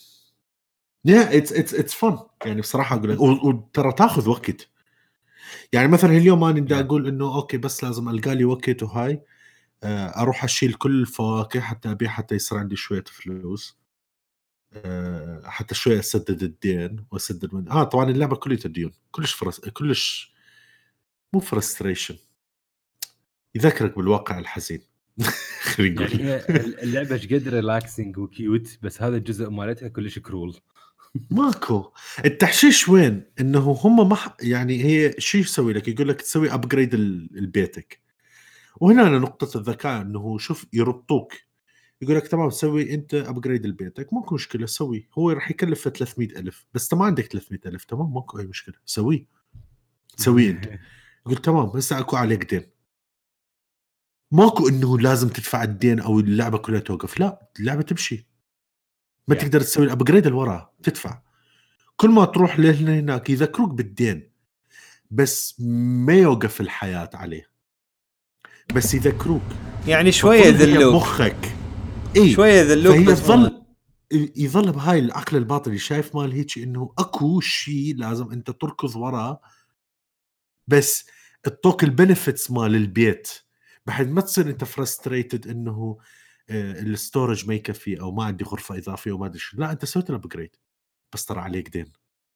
اتس فن يعني بصراحه اقول لك. وترى تاخذ وقت. يعني مثلا اليوم انا بدي اقول انه اوكي بس لازم القى لي وقت وهاي اروح اشيل كل الفواكه حتى ابيع حتى يصير عندي شويه فلوس، حتى شويه اسدد الدين واسدد من طبعا اللعبه كلها ديون. كلش مو فرستريشن، يذكرك بالواقع الحزين. خلينا نقول يعني اللعبه ايش قد ريلاكسنج وكيوت، بس هذا الجزء مالتها كلش كرول. ماكو التحشيش وين انه هم يعني هي شو يسوي لك؟ يقول لك تسوي ابجريد لبيتك، وهنا نقطه الذكاء انه شوف يربطوك يقول لك تمام سوي انت ابجريد لبيتك ماكو مشكله سوي. هو راح يكلف 300,000 بس انت ما عندك 300,000 تمام ماكو اي مشكله سوي انت. يقول تمام بس اكو عليك دين، ماكو انه لازم تدفع الدين او اللعبه كلها توقف. لا اللعبه تمشي، ما تقدر تسوي الابجريد الورا تدفع. كل ما تروح لهناك يذكروك بالدين بس ما يوقف الحياه عليه، بس يذكروك يعني شويه ذلوك مخك. اي شويه ذلوك فهي بس تظل يظل بهاي العقل الباطني شايف مال هيك انه اكو شيء لازم انت تركض وراه، بس الطوك البنفتس مال البيت بحيث ما تصير انت فرستريتد انه الستورج ما يكفي او ما عندي غرفه اضافيه وما ادري شو. لا انت سويت الابجريد بس ترى عليك دين.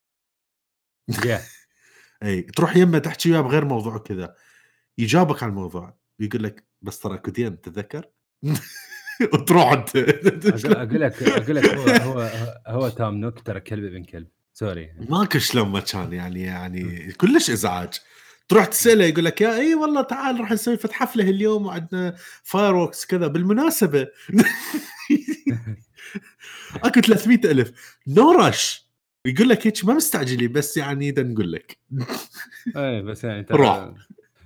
اي تروح يمه تحكي وياه بغير موضوع كذا يجابك على الموضوع يقول لك بس ترى اكو دين تتذكر. وتروح انت. اقول لك هو تام نوك ترى كلب ابن كلب سوري ماكو شلون ما كان يعني كلش ازعاج. تروح تسأله يقول لك يا اي والله تعال راح نسوي فتح حفله اليوم وعندنا فايروكس كذا بالمناسبه. اكو 300,000 نورش يقول لك هيك ما مستعجلين بس يعني دا نقول لك. اي بس يعني روح.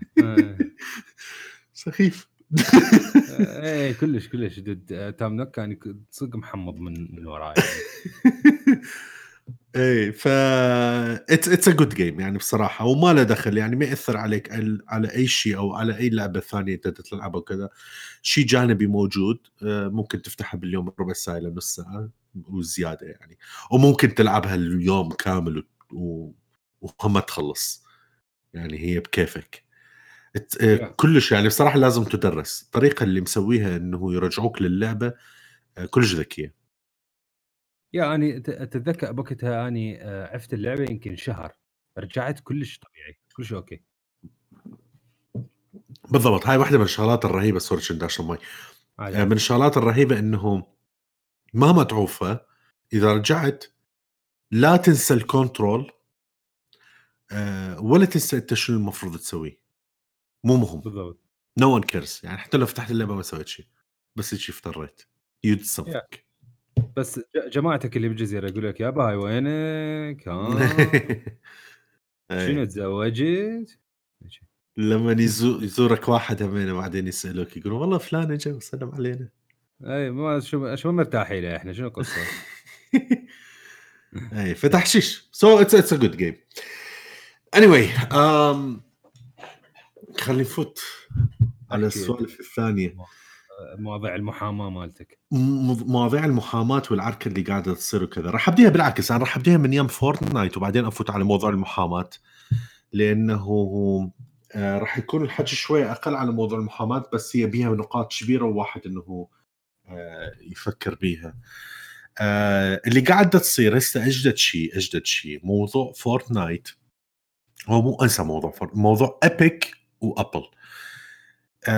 سخيف. اي كلش جدد. تام نوك كان صدق محمض من وراي يعني. اي ف اتس ا جود جيم يعني بصراحه، وما له دخل يعني ما ياثر عليك على اي شيء او على اي لعبه ثانيه انت تلعبها وكذا. شيء جانبي موجود ممكن تفتحها باليوم ربع ساعه الى نص ساعه وزياده يعني، وممكن تلعبها اليوم كامل وما تخلص يعني هي بكيفك. كلش يعني بصراحه لازم تدرس الطريقه اللي مسويها انه يرجعوك للعبه كلش ذكيه. يعني اتذكر بوقتها اني عفت اللعبه يمكن شهر رجعت كلش طبيعي كلش اوكي. بالضبط هاي واحده من الشغلات الرهيبه سوري داش ماي من الشغلات الرهيبه انه مهما تعوفها اذا رجعت لا تنسى الكنترول ولا تنسى انت شنو المفروض تسوي. مو مهم بالضبط نو ون كيرز يعني حتى لو فتحت اللعبه ما سويت شيء بس شيء افتريت يود سمثينج. بس جماعتك اللي بالجزيره يقول لك يابا هاي وينك شنو تزوجت لما يزورك واحد همينه بعدين يسألوك يقولوا والله فلان اجى وسلم علينا. اي ما شو مرتاحين له احنا شنو القصه. اي فتحشيش سو اتس ا جود جيم anyway خلينا نفوت على السوالف الثانيه. مواضيع المحاماه مالتك مواضيع المحاماه والعركه اللي قاعده تصير وكذا. راح ابديها بالعكس انا راح ابديها من يوم فورتنايت وبعدين افوت على موضوع المحاماه لانه راح يكون الحكي شوي اقل على موضوع المحاماه بس هي بيها نقاط كبيره وواحد انه يفكر بيها. اللي قاعده تصير هسه اجدد شيء موضوع فورتنايت. هو مو انسى موضوع ابيك وابل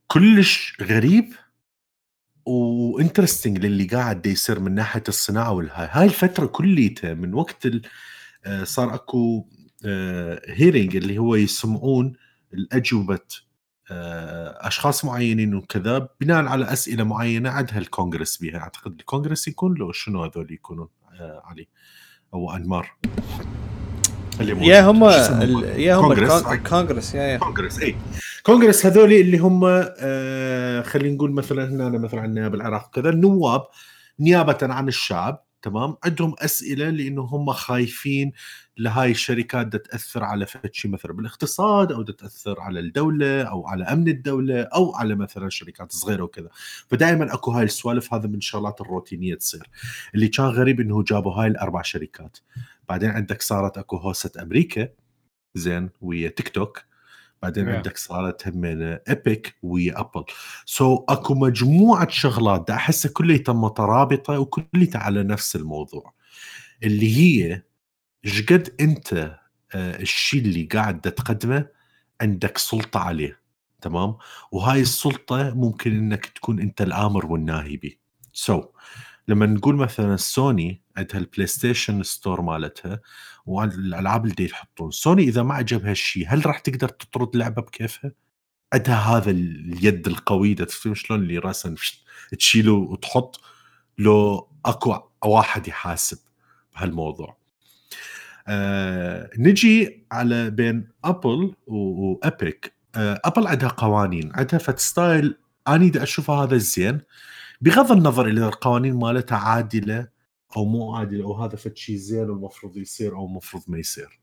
كلش غريب وانترستنج للي قاعد يصير من ناحيه الصناعه هاي الفتره كليتها من وقت صار اكو هيرينج اللي هو يسمعون الاجوبه اشخاص معينين وكذا بناء على اسئله معينه عندها الكونغرس بها. اعتقد الكونغرس يكون له شنو هذول يكونون علي او انمار اللي موجود. يا هم كونغرس الكونغرس كونغرس اي كونغرس هذول اللي هم خلينا نقول مثلا هنا مثلا عندنا بالعراق كذا النواب نيابه عن الشعب تمام عندهم اسئله لانه هم خايفين لهاي الشركات دا تاثر على شيء مثلا بالاقتصاد او دا تاثر على الدوله او على امن الدوله او على مثلا شركات صغيره وكذا. فدائما اكو هاي السوالف. هذا من الشغلات الروتينيه تصير. اللي كان غريب انه جابوا هاي الاربع شركات. بعدين عندك صارت اكو هوسة امريكا زين ويا تيك توك. بعدين عندك صارت همين ايبك ويا ابل. اكو مجموعه شغلات دا احسها كلها مترابطه وكلها على نفس الموضوع اللي هي شقد انت الشيء اللي قاعد تقدمه عندك سلطه عليه تمام. وهاي السلطه ممكن انك تكون انت الامر والناهي به. لما نقول مثلا سوني عندها البلاي ستيشن ستور مالتها والالعاب اللي يحطون سوني اذا ما عجبها الشيء هل راح تقدر تطرد لعبه بكيفها؟ عندها هذا اليد القويه تفهم شلون اللي راسا تشيله وتحط لو اكو واحد يحاسب بهالموضوع. نجي على بين ابل وابيك. ابل عندها قوانين عندها فتستايل اني دا اشوفها هذا الزين بغض النظر إذا القوانين مالتها عادلة أو مو عادلة أو هذا فشي زين والمفروض يصير أو مفروض ما يصير.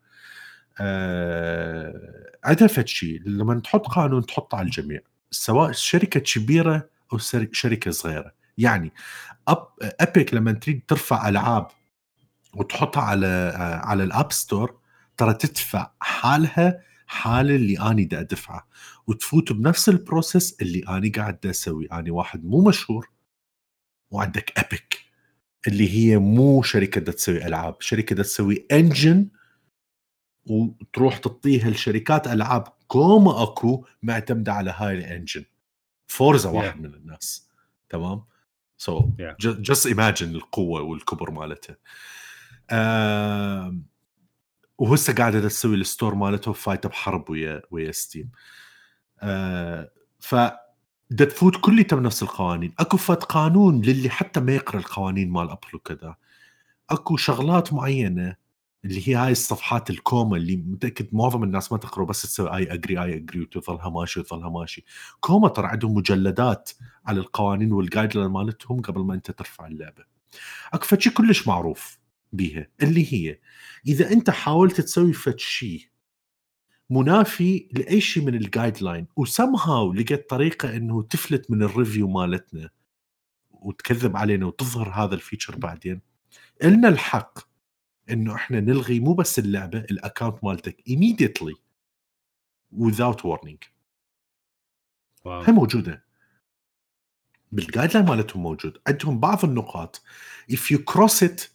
عندها فشي لما تحط قانون تحط على الجميع سواء شركة كبيرة أو شركة صغيرة. يعني أبيك لما تريد ترفع ألعاب وتحطها على الأب ستور ترى تدفع حالها حال اللي أنا دا أدفعه وتفوت بنفس البروسيس اللي أنا قاعد دا أسوي. أنا واحد مو مشهور وعندك أبيك اللي هي مو شركة دا تسوي ألعاب شركة دا تسوي انجن وتروح تطيها لشركات ألعاب كوما أكو معتمدة على هاي الانجن. فورزا واحد من الناس تمام. just imagine القوة والكبر مالته. وهسه قاعدة تسوي الستور مالته وفايته بحرب ويا ستيم. دا تفوت كلها بنفس القوانين. اكو فت قانون للي حتى ما يقرأ القوانين مال ابل وكذا. اكو شغلات معينة اللي هي هاي الصفحات الكوما اللي متأكد معظم الناس ما تقرأ بس تسوي اي اجري وتظلها ماشي. كوما ترى عندهم مجلدات على القوانين والجايد لاين مالتهم قبل ما انت ترفع اللعبة. اكو فتشي كلش معروف بيها اللي هي اذا انت حاولت تسوي فتشي منافي لأي شيء من الجايد لاين وسمهاو لقيت طريقة انه تفلت من الريفيو مالتنا وتكذب علينا وتظهر هذا الفيتشر بعدين إلنا الحق انه احنا نلغي مو بس اللعبة الاكاونت مالتك immediately without warning. هي موجودة بالجايد لاين مالتهم موجود. عندهم بعض النقاط if you cross it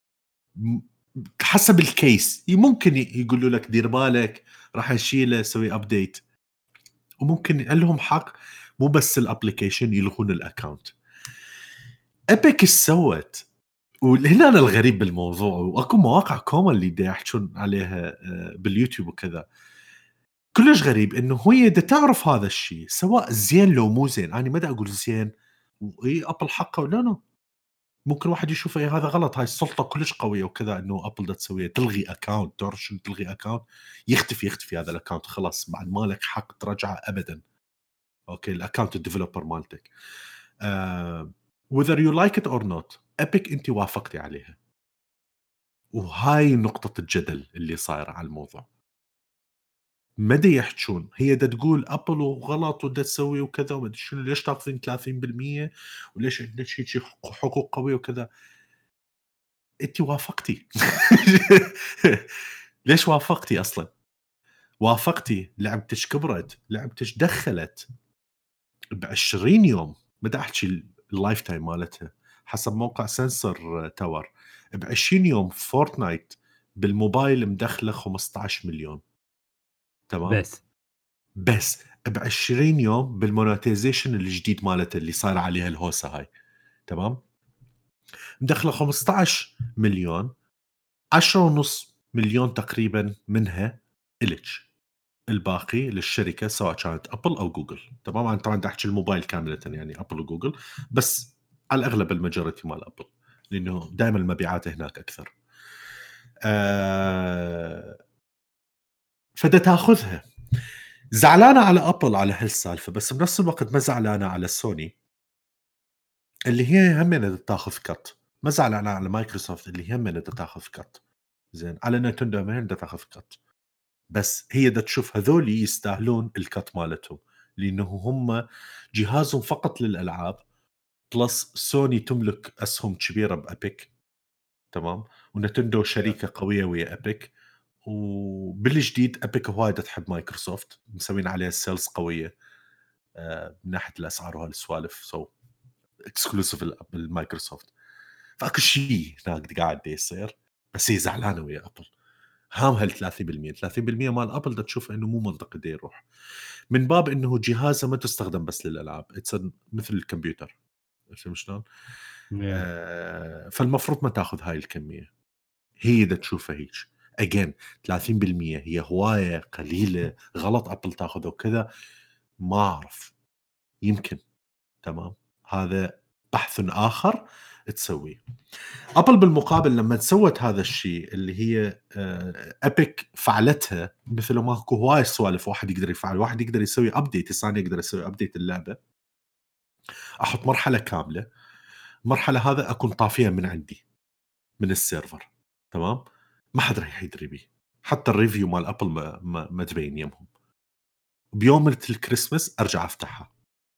حسب الكيس ممكن يقولوا لك دير بالك راح نشيله سوي ابديت وممكن لهم حق مو بس الابليكيشن يلغون الاكاونت. ابيك سوت وهنا الغريب بالموضوع واكو مواقع كوما اللي دا يحكون عليها باليوتيوب وكذا كلش غريب انه هي دا تعرف هذا الشيء سواء زين لو مو زين. انا ما دا اقول زين واي ابل حقه ولا ممكن واحد يشوف هذا غلط. هاي السلطة كلش قوية وكذا انه ابل دا تسويها تلغي اكاونت. تعرف تلغي اكاونت يختفي هذا الاكاونت خلاص بعد ما لك حق ترجعه ابدا. اوكي الاكاونت الديفلوبر مالتك whether you like it or not Epic انت وافقتي عليها. وهاي نقطة الجدل اللي صايرة على الموضوع. مدى يحجون هي دا تقول ابل وغلط ودا تسوي وكذا وما شنو ليش تاخذين 30% وليش عندك شيء حقوق قوية وكذا. انت وافقتي ليش وافقتي اصلا؟ وافقتي لعبتش كبرت لعبتش دخلت ب20 يوم بدي احكي اللايف تايم مالتها حسب موقع سنسر تاور ب20 يوم فورتنايت بالموبايل مدخله 15 مليون تمام. بس ب20 يوم بالمونتيزيشن الجديد مالته اللي صار عليها الهوسه هاي، تمام؟ مدخله 15 مليون، 10.5 مليون تقريبا منها إلك، الباقي للشركه سواء كانت ابل او جوجل. تمام، انا طبعا احكي الموبايل كامله يعني ابل وجوجل، بس على الاغلب الماجوريتي مال ابل لانه دائما المبيعات هناك اكثر. فدا تاخذها. زعلانه على ابل على هالسالفه، بس بنفس الوقت ما زعلانه على سوني اللي هي هم تاخذ كت. ما زعلانه على مايكروسوفت اللي هم تاخذ كت. زين، على نينتندو هم تاخذ كت، بس هي دا تشوف هذولي يستاهلون الكت مالتهم لانه هم جهازهم فقط للالعاب، بلس سوني تملك اسهم كبيره بابيك، تمام، ونتندو شركه قويه ويا ابيك، وبالجديد ابيك وايد تحب مايكروسوفت، مسوين عليها سيلز قويه من ناحيه الاسعار وهالسوالف، سو اكسكلوسيف المايكروسوفت. فاكو شيء هناك قاعد يصير، بس هي زعلانه ويا ابل. هام هال 30% مال ابل دا تشوف انه مو منطقي دا يروح من باب انه جهازه ما تستخدم بس للالعاب، مثل الكمبيوتر، فهمت شلون؟ فالمفروض ما تاخذ هاي الكميه، هي دا تشوفها هيك. اجين 30% هي هوايه قليله، غلط ابل تاخذه وكذا، ما اعرف، يمكن، تمام، هذا بحث اخر تسويه. ابل بالمقابل لما سوت هذا الشيء اللي هي ابيك فعلتها، مثل ما اكو هواي سوالف واحد يقدر يفعل، واحد يقدر يسوي ابديت، ثاني يقدر يسوي ابديت اللعبه، احط مرحله كامله، مرحله هذا اكون طافيها من عندي من السيرفر، تمام، ما حد راح يدري بيه، حتى الريفيو مال ابل ما تبين يمهم. بيوم الكريسماس ارجع افتحها،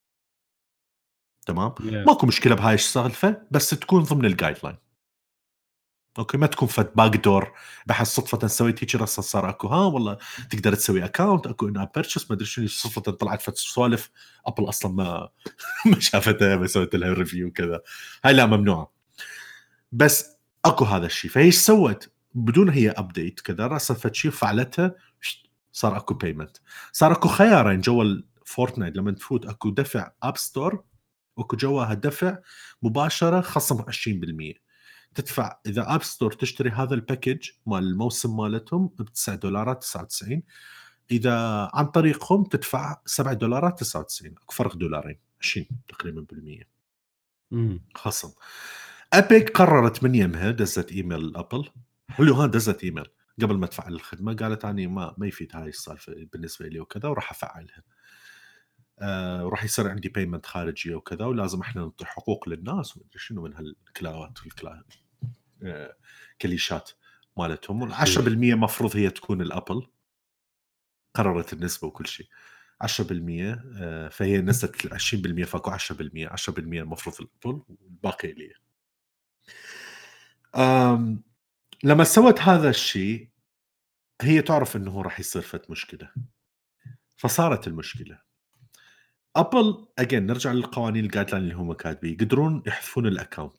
تمام، ماكو مشكله بهاي السالفه، بس تكون ضمن الجايد لاين. اوكي، ما تكون فت باك دور بحس صدفه سويت هيك رصه صار اكو والله تقدر تسوي اكاونت، اكو ان بيرتشس ما ادري شنو، صدفه طلعت فت سوالف ابل اصلا ما شافتها، ما سويت لها ريفيو كذا، هاي لا ممنوعه. بس اكو هذا الشيء، فايش سوت بدون هي ابديت كذا، راسا فت شيء فعلتها، صار اكو بيمنت، صار اكو خيارين جوا الفورتنايت لما تفوت، اكو دفع اب ستور، واكو جواها دفع مباشره خصم 20%. تدفع اذا اب ستور تشتري هذا الباكج مال الموسم مالتهم ب $9.99، اذا عن طريقهم تدفع $7.99، اكو فرق $2 20 تقريبا بالمية خصم. ابيك قررت من يمها، دزت ايميل ابل، حلو، ها دزت ايميل قبل ما تفعل الخدمه، قالت اني ما يفيد هاي السالفه بالنسبه لي وكذا، وراح افعلها، وراح يصير عندي بيمنت خارجيه وكذا، ولازم احنا نعطي حقوق للناس ومدري شنو من هالكلاوات كليشات مالتهم. 10% مفروض هي تكون الابل، قررت النسبه وكل شيء 10%، فهي نزلت 20%، فاكو 10% المفروض الابل والباقي لي. لما سوت هذا الشيء هي تعرف انه راح يصير فت مشكله، فصارت المشكله. ابل اجين نرجع للقوانين الجايد لاين اللي هم كاتبين، يقدرون يحذفون الاكونت.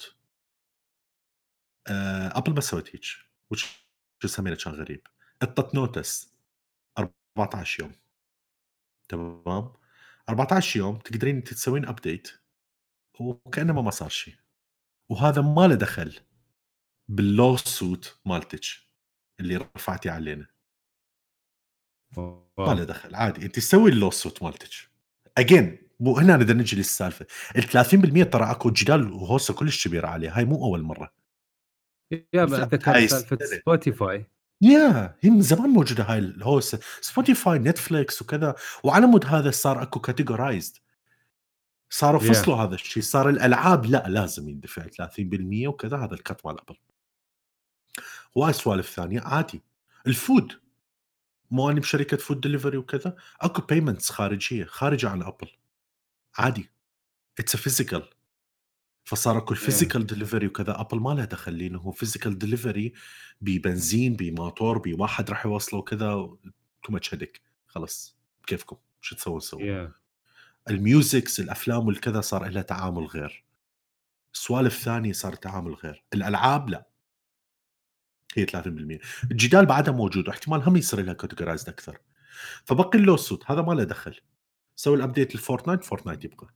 ابل ما سوت هيك، وش سمينا كان غريب، اعطت نوتس 14 يوم، تمام، 14 يوم تقدرين تسوين ابديت وكانما ما صار شيء، وهذا ما له دخل باللو سوت مالتك اللي رفعتي علينا، ما له دخل، عادي انت تسوي اللو سوت مالتك. اجين مو هنا نقدر نجي للسالفه، ال 30% ترى اكو جدال وهوسه كلش كبيره عليه، هاي مو اول مره. يا ذكرت سالفه سبوتيفاي، هي من زمان موجوده هاي الهوسه، سبوتيفاي، نتفليكس وكذا، وعلى مود هذا صار اكو كاتيجورايزد، صاروا فصلوا هذا الشيء، صار الالعاب لا لازم يندفع 30% وكذا، هذا الكت مال ابل. وايد سوالف ثانيه عادي، الفود، مو اني بشركه فود ديليفري وكذا، اكو بيمنتس خارجيه خارجه عن ابل، عادي، اتس فيزيكال، فصار اكو الفيزيكال ديليفري وكذا، ابل ما له دخل، لانه هو فيزيكال ديليفري ببنزين بموتور بواحد راح يوصله وكذا، تو ماتش هيدك، خلص كيفكم شو تسوون سووا. الميوزكس، الافلام والكذا صار لها تعامل غير، سوالف ثانيه صار تعامل غير، الالعاب لا، هي 30%. الجدال بعدها موجود، واحتمال هم يصير لها كاتيجورايزد اكثر، فبقي اللوسوت هذا ما له دخل، سوي الابديت لفورتنايت، فورتنايت يبقى.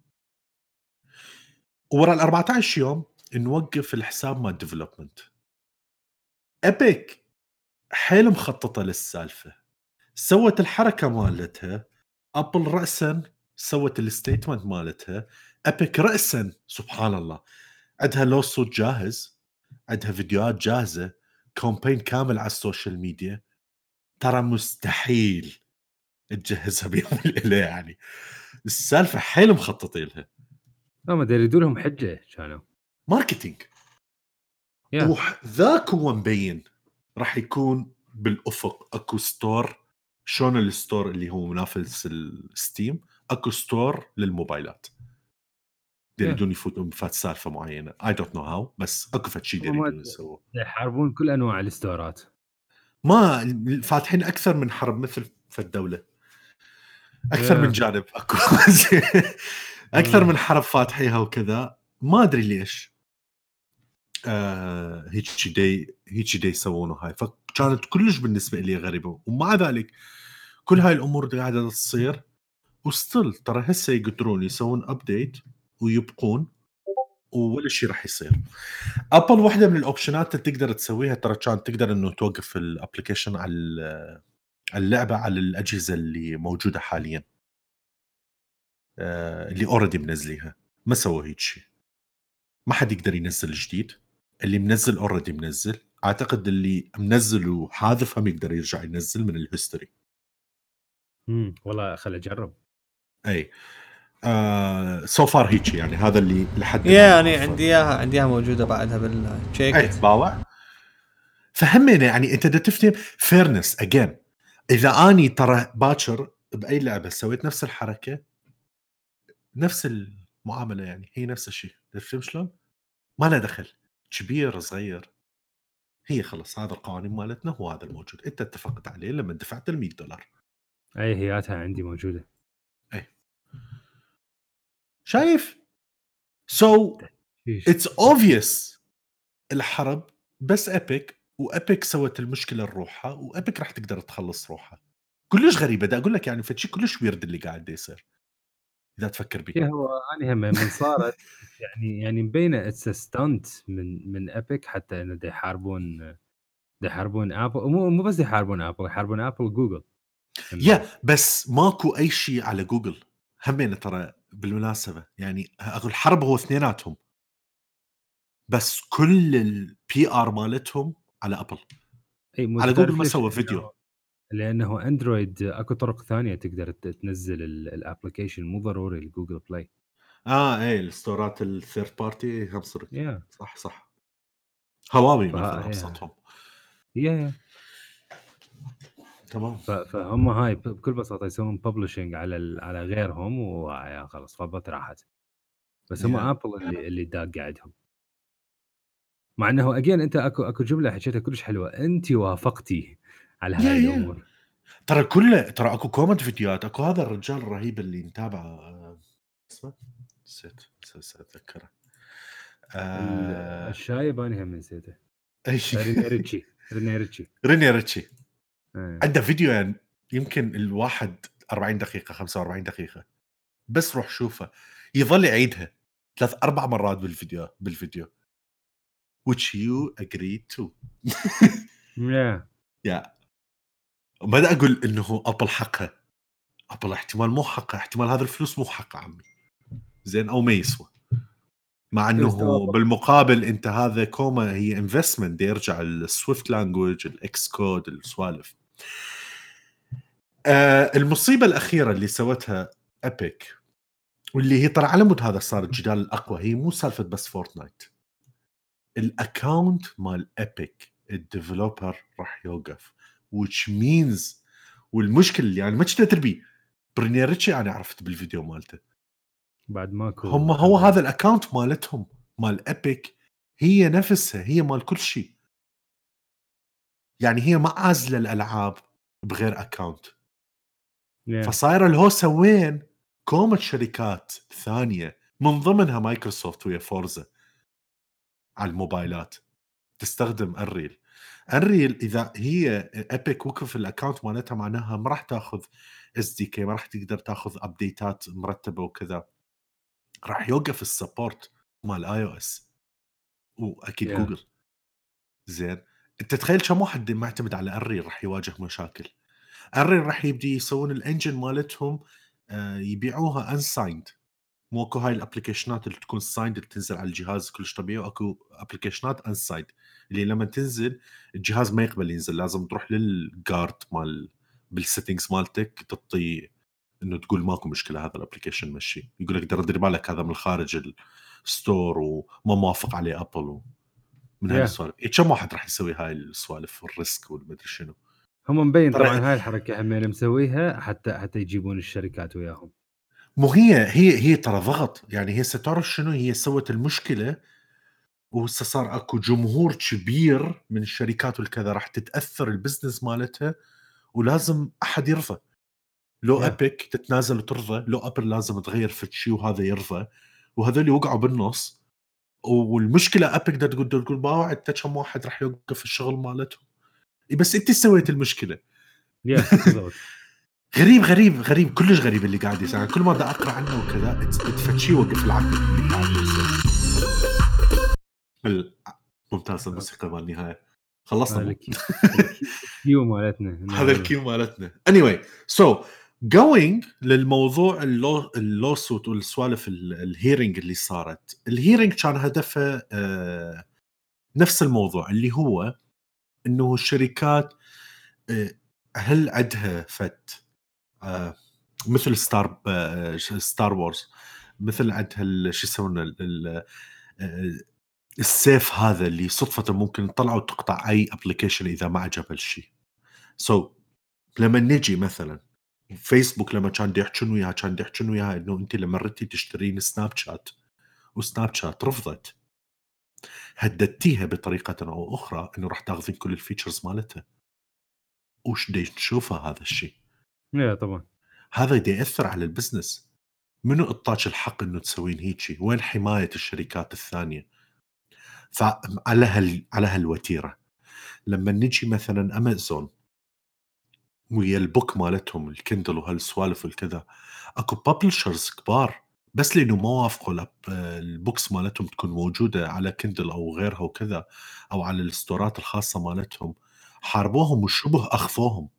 ورا ال 14 يوم نوقف الحساب مال ديفلوبمنت. ابيك حيل مخططه للسالفه، سوت الحركه مالتها. ابل راسا سوت الستيتمنت مالتها. ابيك راسا سبحان الله عندها لو صوت جاهز، عندها فيديوهات جاهزه، كامبين كامل على السوشيال ميديا. ترى مستحيل تجهزها بيوم وليله، يعني السالفه حيل مخططين لها. ما ادري يريدوا لهم حجه كانوا ماركتينج. يا ذاك هو مبين راح يكون بالافق اكو ستور، شلون الستور اللي هو منافس الستيم، اكو ستور للموبايلات. يريدون يفوتون بفات سالفه معينه، اي دونت نو هاو، بس اكو فد شيء يريدون يسووه. يحاربون كل انواع الاستورات. ما فاتحين اكثر من حرب مثل في الدوله، اكثر من جانب اكو اكثر من حرب فاتحيها وكذا. ما ادري ليش هيك دي يسوونه هاي. فكانت كلش بالنسبه لي غريبه، ومع ذلك كل هاي الامور قاعده تصير وستيل ترى هسه يقدرون يسوون ابديت ويبقون ولا شيء راح يصير. ابل واحده من الاوبشنات اللي تقدر تسويها ترى كانت تقدر انه توقف الابلكيشن على اللعبه على الاجهزه اللي موجوده حاليا، اللي اوريدي منزليها. ما سووا هيك شيء، ما حد يقدر ينزل جديد. اللي منزل اوريدي منزل. اعتقد اللي منزل وحاذف هم يقدر يرجع ينزل من الهيستوري. والله خل اجرب. اي سو فار هيك، يعني هذا اللي لحد يعني عندي اياها موجوده بعدها بالتشيكت. باوع. فهمنا يعني انت بدك تفهم فيرنس اجين. اذا اني ترى باكر باي لعبه سويت نفس الحركه نفس المعامله، يعني هي نفس الشيء، تفهم شلون؟ ما له دخل كبير صغير، هي خلص هذا القوانين مالتنا، هو هذا الموجود، انت اتفقت عليه لما دفعت $100. اي هياتها عندي موجوده. اي شايف؟ so it's obvious الحرب بس ابيك، وابيك سوت المشكله لروحها، وابيك راح تقدر تخلص روحها. كلش غريبه، دا اقول لك يعني فشي كلش ويرد اللي قاعد يصير اذا تفكر بيه. هو انا هم من صارت يعني مبينه اتس ستانت من ابيك، حتى انه يحاربون ابل. مو بس يحاربون ابل جوجل. يا بس ماكو اي شيء على جوجل همين ترى بالمناسبه، يعني اقول الحرب هو اثنيناتهم، بس كل البي ار مالتهم على ابل. على جوجل ما سوى فيديو، لانه اندرويد اكو طرق ثانيه تقدر تنزل الابلكيشن، مو ضروري الجوجل بلاي. اي الستورات الثيرد بارتي هم صرت yeah. صح هواوي مثلا ابسطهم. تمام. فهم هاي بكل بساطه يسوون ببلشنج على غيرهم، ويا خلص فبط راحت. بس هم ابل اللي داق قاعدهم. مع انه اجين انت اكو جمله حكيتها كلش حلوه، انت وافقتي على هاي الامور. ترى ترى اكو كومنت فيديوهات، اكو هذا الرجال الرهيب اللي نتابعه اسمه نسيت اتذكره. الشايب انا هم نسيته. ريني ريتشي. عنده فيديو يعني يمكن الواحد 40 دقيقه 45 دقيقه، بس روح شوفه، يظل يعيدها 3-4 مرات بالفيديو which you agreed to. يا بدأ أقول إنه أبل حقها، أبل احتمال مو حقها، احتمال هذا الفلوس مو حقها عمي، زين أو ما يسوى. مع إنه بالمقابل أنت هذا كوما هي انفستمنت، يرجع السويفت لانجويج، الإكس كود، السوالف. المصيبة الأخيرة اللي سوتها أبيك، واللي هي ترى على مود هذا صار الجدال الأقوى، هي مو سالفة بس فورتنايت. الأكاونت مال أبيك الديفلوبر راح يوقف، which means والمشكلة اللي يعني ما كنت أدري بريني ريتشي أنا عرفت بالفيديو مالته بعد ماكو هو هذا الأكاونت مالتهم مال أبيك هي نفسها هي مال كل شيء، يعني هي ما عازلة الألعاب بغير أكاونت. فصاير الهوسة وين كومة شركات ثانية من ضمنها مايكروسوفت ويا فورزا على الموبايلات تستخدم الريل. انريل اذا هي ابيك وقف الاكونت مالتها معناها ما راح تاخذ اس دي كي، ما راح تقدر تاخذ ابديتات مرتبه وكذا، راح يوقف السبورت مال اي او اس واكيد Yeah. جوجل. زين انت تخيل كم واحد معتمد على انريل راح يواجه مشاكل. انريل راح يبدي يسوون الانجن مالتهم يبيعوها انسايند، مو اكو هاي الابلكيشنات اللي تكون سايند اللي تنزل على الجهاز كلش طبيعي، واكو ابلكيشنات انسايند اللي لما تنزل الجهاز ما يقبل ينزل، لازم تروح للجارد مال بالسيتنجز مالتك تعطي انه تقول ماكو مشكله هذا الابلكيشن مشي، يقول لك دير بالك هذا من خارج الستور وما موافق عليه ابل من هاي Yeah. السوالف. كم واحد راح يسوي هاي السوالف والريسك والمدري شنو. هم مبين ترى طبعا هاي الحركه هم مسويها حتى يجيبون الشركات وياهم. مو هي ترى ضغط، يعني هي ستعرف شنو هي سوت المشكله، وصار اكو جمهور كبير من الشركات والكذا راح تتاثر البزنس مالتها، ولازم احد يرضى. لو Yeah. ابيك تتنازل وترضى، لو ابل لازم تغير في شيء وهذا يرضى، وهذول وقعوا بالنص. والمشكله ابيك تقول باوع انت كم واحد راح يوقف الشغل مالتهم، بس انت سويت المشكله. بالضبط. غريب كلش غريب اللي قاعد يصير. كل ما دا اقرا عنه وكذا تفتشي وقف العقل اللي قاعد يصير. ممتاز الموسيقى مال النهايه. خلصنا الكيو مالتنا. هذا الكيو مالتنا. anyway so going للموضوع اللو سوت والسوالف الهيرنج اللي صارت. الهيرنج كان هدفه نفس الموضوع اللي هو انه الشركات هل عندها فت مثل ستار وورز، مثل عندها شو يسمونه السيف هذا اللي صدفة ممكن تطلع وتقطع أي أبليكيشن إذا ما عجب الشيء. لما نجي مثلا فيسبوك لما كان يحكون وياها إنه أنت لما ردتي تشترين سناب شات وسناب شات رفضت، هددتيها بطريقة أو أخرى إنه راح تاخذين كل الفيتشرز مالتها. وش دي تشوفها هذا الشيء؟ طبعا هذا دي يأثر على البزنس. منو اطاج الحق إنه تسوين هيجي؟ وين حماية الشركات الثانية؟ فعلى هالوتيرة لما نجي مثلا أمازون ويا البوك مالتهم الكندل وهالسوالف والكذا، اكو بابلشرز كبار بس لانه ما وافقوا البوكس مالتهم تكون موجودة على كندل او غيرها وكذا، او على الستورات الخاصة مالتهم، حاربوهم وشبه اخذوهم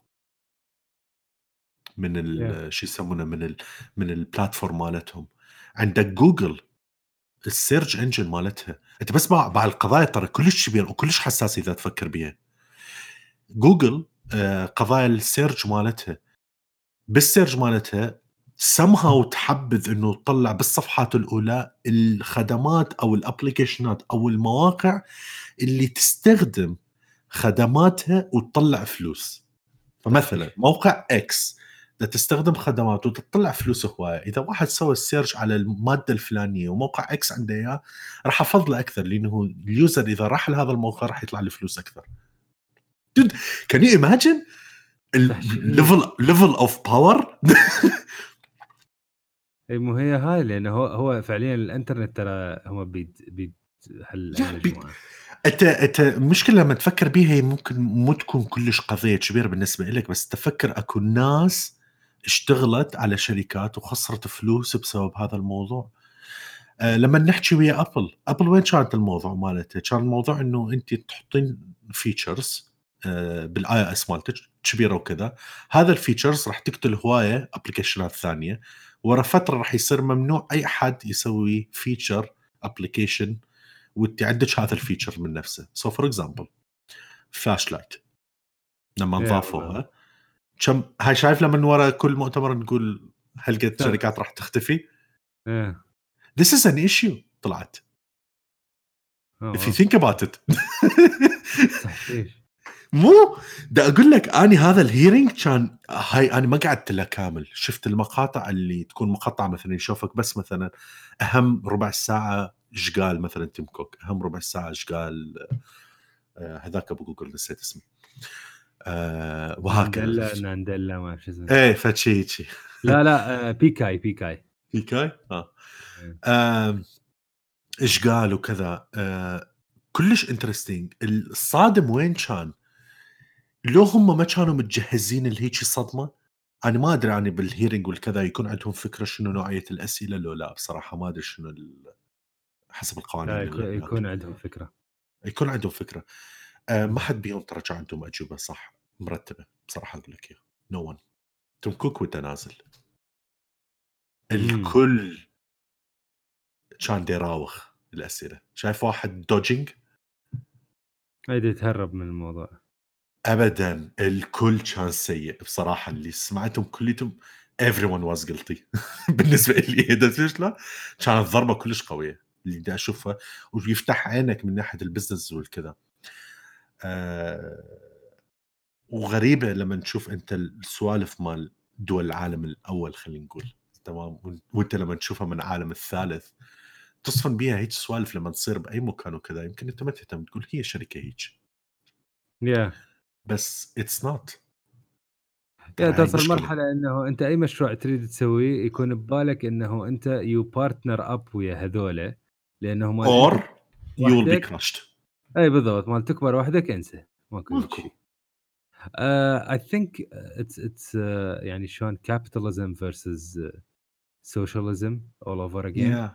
من شو يسمونه من البلاتفورم مالتهم. عندك جوجل السيرج انجن مالتها، انت بس مع القضايا ترى كلش كبير وكلش حساس اذا تفكر بيها. جوجل قضايا السيرج مالتها، بالسيرج مالتها somehow تحبذ انه تطلع بالصفحات الاولى الخدمات او الابليكيشنات او المواقع اللي تستخدم خدماتها وتطلع فلوس. فمثلا موقع اكس اذا تستخدم خدمات وتطلع فلوس هوايه، اذا واحد سوى السيرش على الماده الفلانيه وموقع اكس عنده اياه راح افضله اكثر، لانه اليوزر اذا راح لهذا الموقع راح يطلع له فلوس اكثر. كان يو ايماجن ليفل اوف باور. مو هي هاي، لانه هو فعليا الانترنت ترى هم بيد هالمجموعه. انت مشكلة لما تفكر بيها هي ممكن مو تكون كلش قضية كبيرة بالنسبة لك، بس تفكر اكو ناس اشتغلت على شركات وخسرت فلوس بسبب هذا الموضوع. لما نحكي ويا ابل وين كانت الموضوع مالته؟ كان الموضوع انه انت تحطين فيتشرز بالاي اس مالتك كبيره وكذا، هذا الفيتشرز راح تقتل هوايه ابلكيشنات ثانيه، ورا فتره راح يصير ممنوع اي حد يسوي فيتشر ابلكيشن وانت عندك هذا الفيتشر من نفسه. سو فور اكزامبل فلاش لايت لما نضافوها كم هاي شايف لما ورا كل مؤتمر نقول هل قد شركات راح تختفي. This is an issue طلعت. If you think about it. صحيح. مو دا أقول لك أني هذا الهيرينج كان هاي أنا ما قعدت له كامل، شفت المقاطع اللي تكون مقطعة مثلا يشوفك بس مثلا أهم ربع ساعة إيش قال مثلا تيم كوك، أهم ربع ساعة إيش قال هذاك أبو جوجل نسيت اسمه وهكذا نانديلا ما شو اسمه إيه فتشي لا بيكاي إيش قال وكذا كلش انترستينج. الصادم وين كان لو هم ما كانوا متجهزين لهيك صدمه، انا ما ادري يعني بالهيرنج والكذا يكون عندهم فكره شنو نوعيه الاسئله لو لا، بصراحه ما ادري شنو حسب القوانين لا اللي هناك يكون عندهم فكره. يكون عندهم فكره. ما حد بيهم ترجع عندهم اجوبه صح مرتبه بصراحه اقول لك اياها. نو ون. تيم كوك وتنازل الكل كان يراوغ الاسئله. شايف واحد دوجينج هيدا يتهرب من الموضوع. ابدا، الكل كان سيء بصراحه. اللي سمعتهم كليتهم everyone was guilty بالنسبه لي هذا شلون كانت ضربه كلش قويه اللي بدي اشوفها ويفتح عينك من ناحيه البزنس والكذا. وغريبه لما تشوف انت السوالف مال دول العالم الاول خلينا نقول تمام، وانت لما تشوفها من العالم الثالث تصفن بيها هيك سوالف لما تصير باي مكان وكذا يمكن انت ما تهتم تقول هي شركه هيك بس اتس نوت. تصل مرحله انه انت اي مشروع تريد تسويه يكون ببالك انه انت يو بارتنر اب ويا هذول، لانه مال اور يو ويل بي وحدك. كراشد. اي بالضبط، مال تكبر وحدك انسى ماكو شيء. I think it's يعني شلون capitalism versus socialism all over again.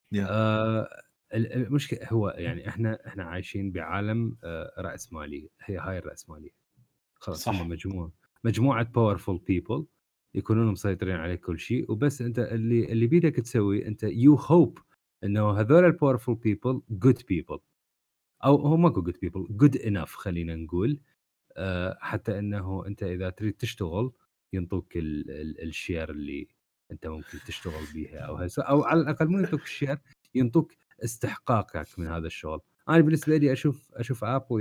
المشكلة هو يعني احنا عايشين بعالم رأسمالي، هي هاي الرأسمالية. خلاص صح. هم مجموعة powerful people يكونون مسيطرين على كل شيء، وبس انت اللي بيدك تسوي انت you hope انه هذول ال powerful people good people، او هو ماكو good people good enough خلينا نقول، حتى انه انت اذا تريد تشتغل ينطوك الشير اللي انت ممكن تشتغل بيها، او على الاقل مو ينطوك الشير، ينطوك استحقاقك من هذا الشغل. انا بالنسبه لي اشوف ابل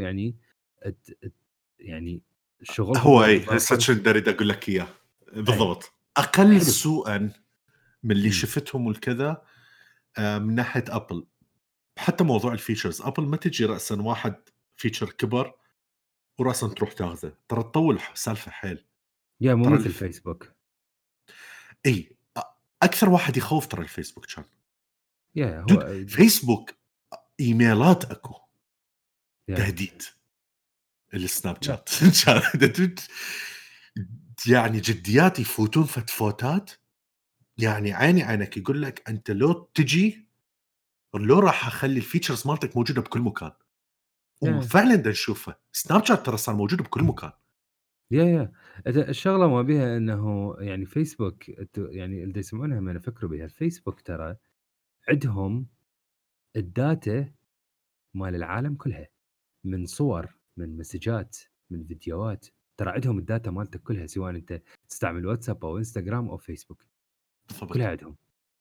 يعني شغلهم هو اي هسه شو اريد اقول لك اياه بالضبط. اقل سوءا من اللي شفتهم والكذا من ناحيه ابل. حتى موضوع الفيتشرز ابل ما تجي راسا واحد فيتشر كبر وراسا تروح تاخذه، ترى تطول سالفه حيل. يا مو مثل فيسبوك. اي اكثر واحد يخوف ترى الفيسبوك كان. يا هو فيسبوك ايميلات اكو تهديد. السناب شات يعني جديات يفوتون فوتات يعني عيني عينك يقول لك انت لو تجي لو راح اخلي الفيتشرز مالتك موجوده بكل مكان. وفعلا دا نشوفها سناب شات ترى صار موجود بكل مكان. يا الشغله ما بها انه يعني فيسبوك يعني اللي يسمونها ما نفكروا بها. الفيسبوك ترى عندهم الداتا مال العالم كلها، من صور، من مسجات، من فيديوهات. ترى عندهم الداتا مالتك كلها، سواء انت تستعمل واتساب او انستغرام او فيسبوك كلها عندهم.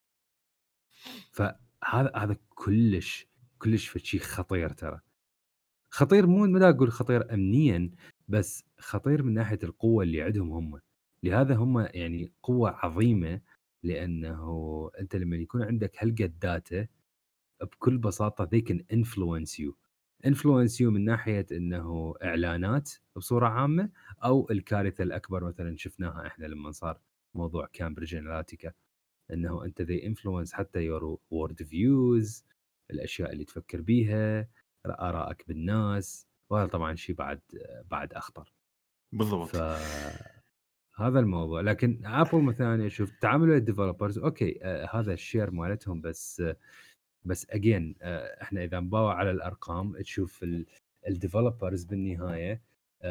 فهذا كلش شيء خطير. ترى خطير، مو ما اقول خطير امنيا، بس خطير من ناحيه القوه اللي عندهم هم. لهذا هم يعني قوه عظيمه، لانه انت لما يكون عندك هالقد داتا بكل بساطه they can influence you من ناحيه انه اعلانات بصوره عامه، او الكارثه الاكبر مثلا شفناها احنا لما صار موضوع كامبريدج اناليتيكا، انه انت they influence حتى your word views، الاشياء اللي تفكر بيها، ارائك بالناس، وهذا طبعا شيء بعد اخطر. بالضبط. هذا الموضوع. لكن ابل مثلا اشوف تعامل الديفلوبرز اوكي، هذا الشير مالتهم، بس اجين احنا اذا نباوع على الارقام تشوف الديفلوبرز بالنهايه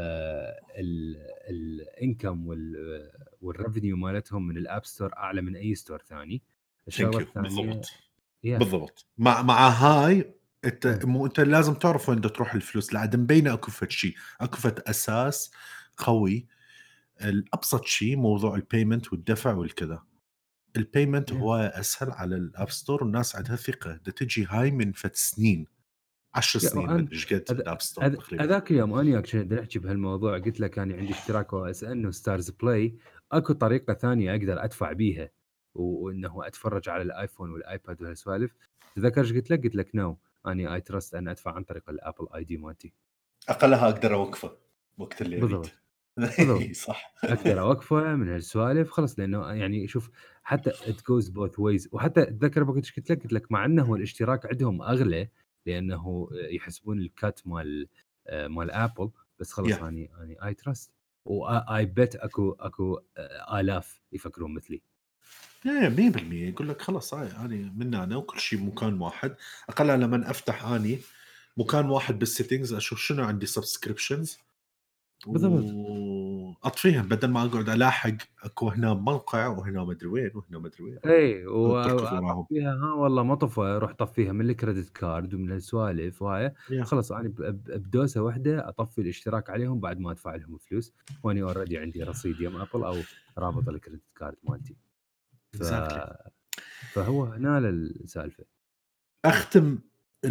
الانكم والريفينيو مالتهم من الاب ستور اعلى من اي ستور ثاني. الشغله الثانيه بالضبط مع هاي انت لازم تعرف وين تروح الفلوس. لعد مبينه اكو فد شيء، اكو فد اساس قوي. الابسط شيء موضوع البيمنت والدفع والكذا. البيمنت هو اسهل على الاب ستور والناس عندها ثقه. ده تجي هاي من فد سنين 10 سنين من ايش قد الاب ستور تقريبا. هذاك اليوم انا وياك كنا نحكي بهالموضوع، قلت لك انا عندي اشتراك او اس ان وستارز بلاي، اكو طريقه ثانيه اقدر ادفع بيها وانه اتفرج على الايفون والايباد وهالسوالف. تذكر ايش قلت لك نو اني اي تراست ان ادفع عن طريق الابل اي دي مالتي. اقلها اقدر اوقفه وقت اللي اريد. صح اقدر اوقفه من هالسوالف خلص، لانه يعني شوف حتى it goes both ways. وحتى اتذكر وقت قلت لك مع انه الاشتراك عندهم اغلى لانه يحسبون الكات مال ابل، بس خلص Yeah. اني اي تراست واي بت اكو الاف يفكرون مثلي. 100% يقول لك خلص اني من انا وكل شيء مكان واحد. اقل لما افتح اني مكان واحد بالسيتنجز اشوف شنو عندي سبسكريبشنز بالضبط. واطفيهم بدل ما اقعد الاحق اكو هنا موقع وهنا ما ادري وين وهنا ما ادري وين. اي تركض وراهم. فيها ها والله ما طفى روح طفيها من الكريدت كارد ومن السوالف وهاي. Yeah. خلص انا بدوسه واحده اطفي الاشتراك عليهم بعد ما ادفع لهم فلوس واني اوريدي عندي رصيد يم ابل او رابط الكريدت كارد مالتي. Exactly. فهو هنا السالفه. اختم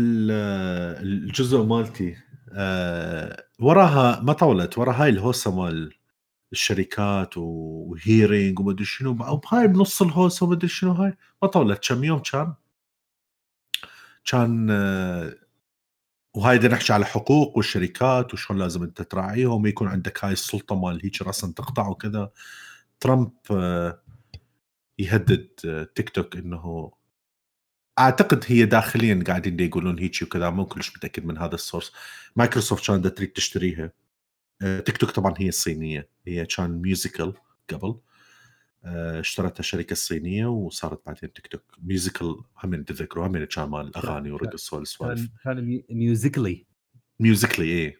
الجزء مالتي وراها ما طولت ورا هاي الهوسه مال الشركات وهيرينج وما ادري شنو وبهاي بنص الهوسه وما ادري شنو هاي ما طولت كم يوم كان وهاي بدنا نحكي على حقوق والشركات وشلون لازم انت تراعيهم ويكون عندك هاي السلطه مال هيك راسا تقطع وكذا. ترامب يهدد تيك توك انه اعتقد هي داخليا قاعدين يقولون هيك وكذا مو كلش متاكد من هذا السورس. مايكروسوفت كانت تريد تشتريها. تيك توك طبعا هي الصينيه هي كان ميوزيكال قبل اشترتها شركه صينيه وصارت بعدين تيك توك. ميوزيكال هم تذكروا هم كان مال اغاني ورقص والسوالف. كان ميوزيكلي ايه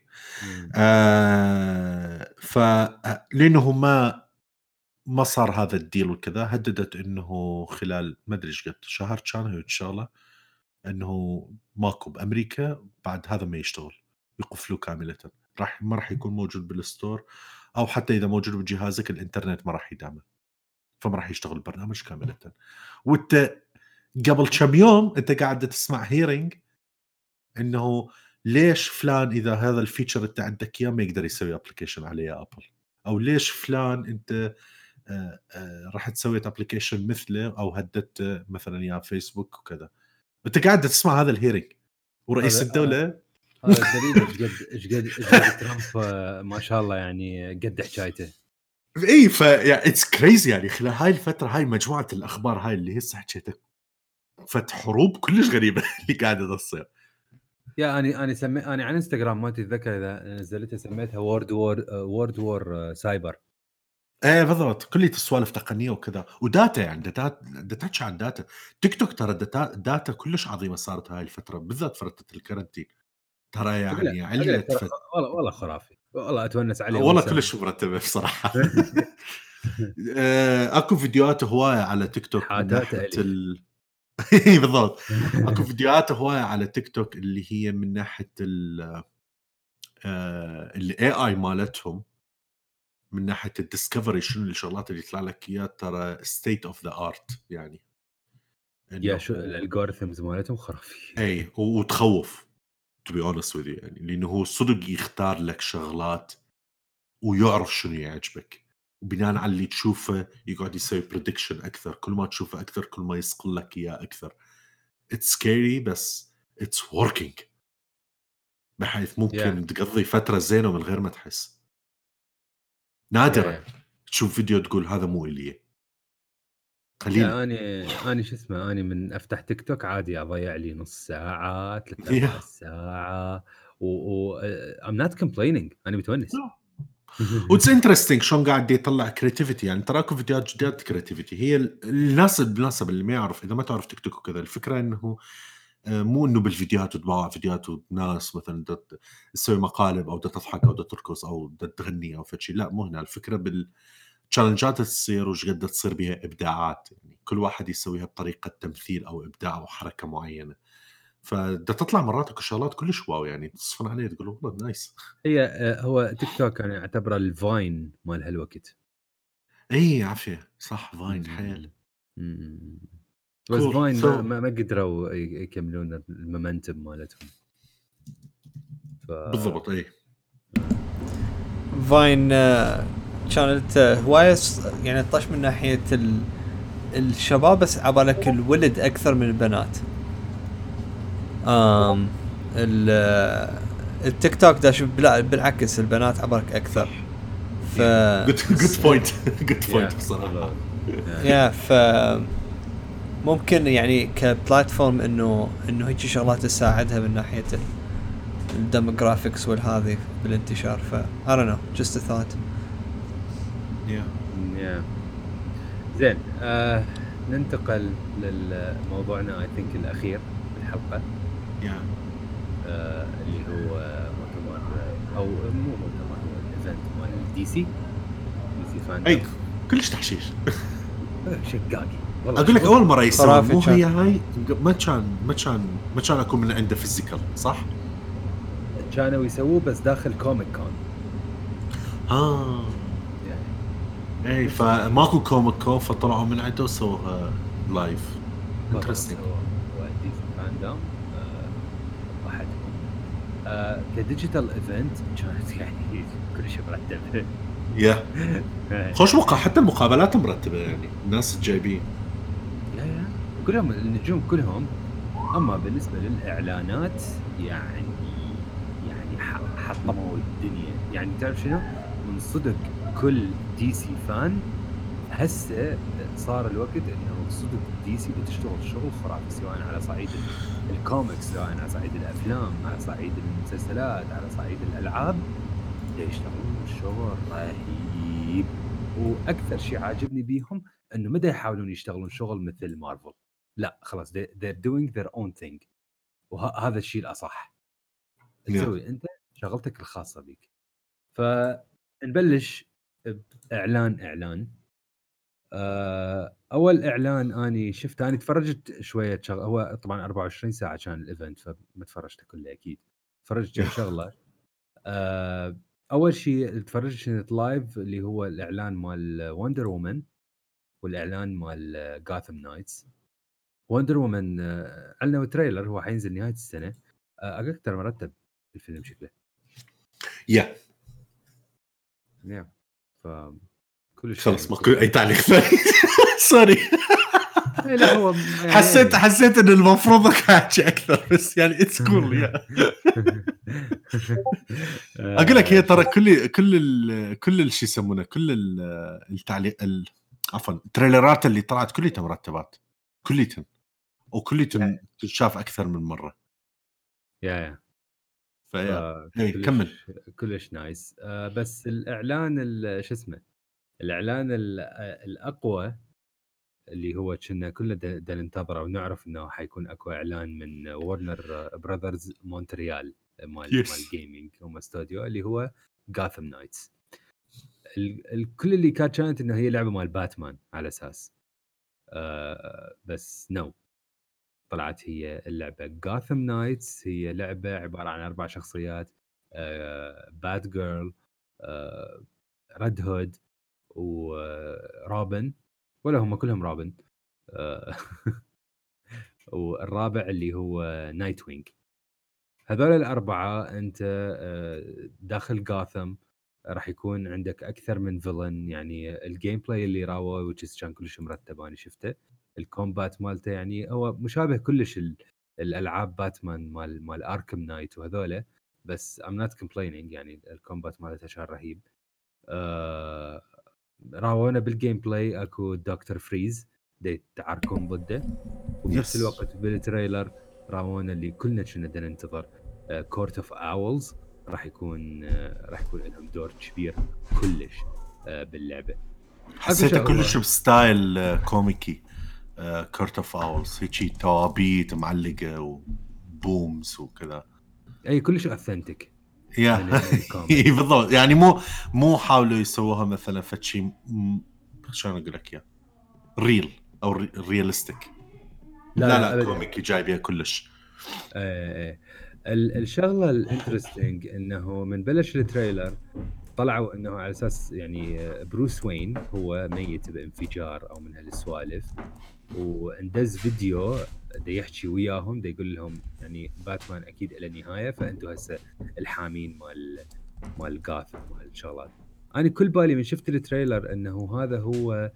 لانه ما صار هذا الديل وكذا هددت انه خلال ما ادري ايش قد شهر كان هي ان شاء الله انه ماكو بامريكا بعد هذا ما يشتغل يقفلوه كامله. ما راح يكون موجود بالستور او حتى اذا موجود بجهازك الانترنت ما راح يدعمه فما راح يشتغل البرنامج كامله. وانت قبل كم يوم انت قاعد تسمع هيرينج انه ليش فلان اذا هذا الفيتشر انت عندك اياه ما يقدر يسوي ابلكيشن عليه ابل او ليش فلان انت راح تسوي ابلكيشن مثله او هددت مثلا يا فيسبوك وكذا. انت قاعد تسمع هذا الهيرينج ورئيس الدوله هذا دليل ايش قد ترامب ما شاء الله يعني قد حكايته. اي يعني اتس كريزي يعني خلال هاي الفتره هاي مجموعه الاخبار هاي اللي هسه حكيتها فتح حروب كلش غريبه اللي قاعده تصير. يا انا انا على انستغرام ما تتذكر اذا نزلتها سميتها وورد وور سايبر. ايه بالضبط كلية السوالف تقنيه وكذا وداتا يعني داتا تحكي عن داتا. تيك توك ترى داتا كلش عظيمه صارت هاي الفتره بالذات فتره الكارنتين ترى يعني علت والله خرافي والله اتونس عليه والله كلش مرتبه بصراحه. اكو فيديوهات هوايه على تيك توك بالضبط اكو فيديوهات هوايه على تيك توك اللي هي من ناحيه الاي اي مالتهم من ناحيه الديسكفري شنو الشغلات اللي يطلع لك اياها ترى ستيت اوف ذا ارت يعني. يا شو الالجوريثمز مالتهم خرافي. اي وتخوف to be honest with you يعني لانه هو صدق يختار لك شغلات ويعرف شنو يعجبك وبناء على اللي تشوفه يقعد يسوي بريدكشن اكثر. كل ما تشوفه اكثر كل ما يسقل لك اياه اكثر. it's scary بس it's working بحيث ممكن تقضي فتره زينه من غير ما تحس. نادرا تشوف فيديو تقول هذا مو إلي قليل. أنا شو اسمه أنا من أفتح تيك توك عادي أضيع لي نص ساعة 3 ساعة I'm not complaining أنا متونس. واتس انترستينج شلون قاعد يطلع كرياتيفيتي يعني تراكم فيديوهات جديده كرياتيفيتي. هي الناس بالمناسبه اللي ما يعرف اذا ما تعرف تيك توك وكذا الفكره انه مو انه بالفيديوهات وتباع فيديوهات وناس مثلا تسوي مقالب او تضحك او ترقص او تغني او فشي. لا مو هنا الفكره بالتشالنجات تصير وش قد تصير بها ابداعات يعني كل واحد يسويها بطريقه تمثيل او ابداع او حركه معينه. فده تطلع مرات شغلات كلش واو يعني تصفن عليه تقول والله نايس. هي هو تيك توك انا اعتبره الفاين مال هالوقت. اي عافيه صح فاين حيل. بس فاين ما قدروا يكملون المومنتم مالتهم. بالضبط اي فاين كانت هوايه يعني طش من ناحيه الشباب بس عبالك الولد اكثر من البنات. التيك توك داش بالعكس البنات عبالك اكثر. ف good point بصراحه. يا ف ممكن يعني كبلاتفورم انه هيك شغلات تساعدها من ناحيه الديموغرافيكس والهذه بالانتشار. ف I don't know, just a thought. يا زين. ننتقل للموضوعنا اي ثينك الاخير في الحلقه، اللي هو مؤتمر او مو مؤتمر، هو الايفنت مال دي سي فان. اي كلش تحشيش. شقاقي اقول لك اول مره يسوي، خرافي مو كان. هي هاي ما كان اكون من عنده فيزيكال صح؟ كانوا يسووه بس داخل كوميك كون يعني. اي فماكو كوميك كون فطلعوا من عنده وسووها لايف. انترستنج. هو دي سي فاندوم واحدهم كديجيتال ايفنت كانت يعني كل شيء مرتب. يا خوش حتى المقابلات مرتبه، يعني الناس جايبين يا كلهم النجوم كلهم. اما بالنسبه للاعلانات يعني حطموا الدنيا. يعني تعرف شنو، من صدق كل دي سي فان هسه صار الوقت انه صدق دي سي بتشتغل شغل خرافي، سواء على صعيد الكوميكس، سواء على صعيد الافلام، على صعيد المسلسلات، على صعيد الالعاب، يشتغلون شغل رهيب. واكثر شيء عاجبني بيهم انه مدى يحاولون يشتغلون شغل مثل مارفل، لا خلاص they're doing their own thing. وهذا الشيء الاصح، تسوي انت شغلتك الخاصه بيك. فنبلش باعلان. اول اعلان اني شفت، اني تفرجت شويه هو طبعا 24 ساعه كان الايفنت، فما تفرجت كله اكيد، تفرجت كم شغله. اول شيء تفرجت لايف اللي هو الاعلان مال وندر وومن، والاعلان مال غاثم نايتس. وندر وومن علنا تريلر، هو حينزل نهايه السنه. اكثر مرتب الفيلم شكله. يا ف كلش خلص ماكو اي تعليق ثاني. سوري. لا هو يعني حسيت ان المفروض احكي اكثر، بس يعني اتس كول. يا اقول لك هي ترى كل الشيء يسمونه، كل التعليق عفوا التريلرات اللي طلعت كلها مرتبات، كلها تشاف اكثر من مره. يا فيا كمل. كلش نايس. بس الاعلان شو اسمه، الاعلان الاقوى اللي هو كنا كله دا ننتظره ونعرف انه حيكون اكو اعلان من وورنر براذرز مونتريال مال جيمنج هم استوديو، اللي هو غاثم نايتس. الكل اللي كانت انه هي لعبه مال باتمان على اساس، بس نو، طلعت هي اللعبه غاثم نايتس. هي لعبه عباره عن 4 شخصيات، باد جيرل، ريد هود، ورابن، ولا هم كلهم رابن. والرابع اللي هو نايت وينج. هذول الأربعة أنت داخل غاثم راح يكون عندك أكثر من فيلن. يعني الجيم بلاي اللي راوه كان كلش مرتب، أنا شفته. الكومبات مالته يعني هو مشابه كلش الألعاب باتمان مال أركم نايت وهذوله، بس I'm not complaining. يعني الكومبات مالته كان رهيب. راونا بالجيم بلاي اكو دكتور فريز دي تعاركون ضده، وبنفس الوقت بالتريلر راونا اللي كلنا كنا ننتظر كورت اوف اولز راح يكون لهم دور كبير كلش باللعبه. حسيته كلش بستايل كوميكي. كورت اوف اولز هيك توابيت معلقه وبومز وكذا، اي كلش اوثنتيك. يا بالضبط. يعني مو حاولوا يسووها مثلا فتشي شلون اقول لك يا ريل او رياليستيك. لا كوميكي جاي بيها كلش. الشغله الانترستينج انه من بلش التريلر طلعوا انه على اساس يعني بروس وين هو ميت بانفجار او من هالسوالف، واندز فيديو دا يحكي وياهم، دا يقول لهم يعني باتمان اكيد له نهايه، فانتوا هسه الحامين مال غاثم مال الشغلات. انا كل بالي من شفت التريلر انه هذا هو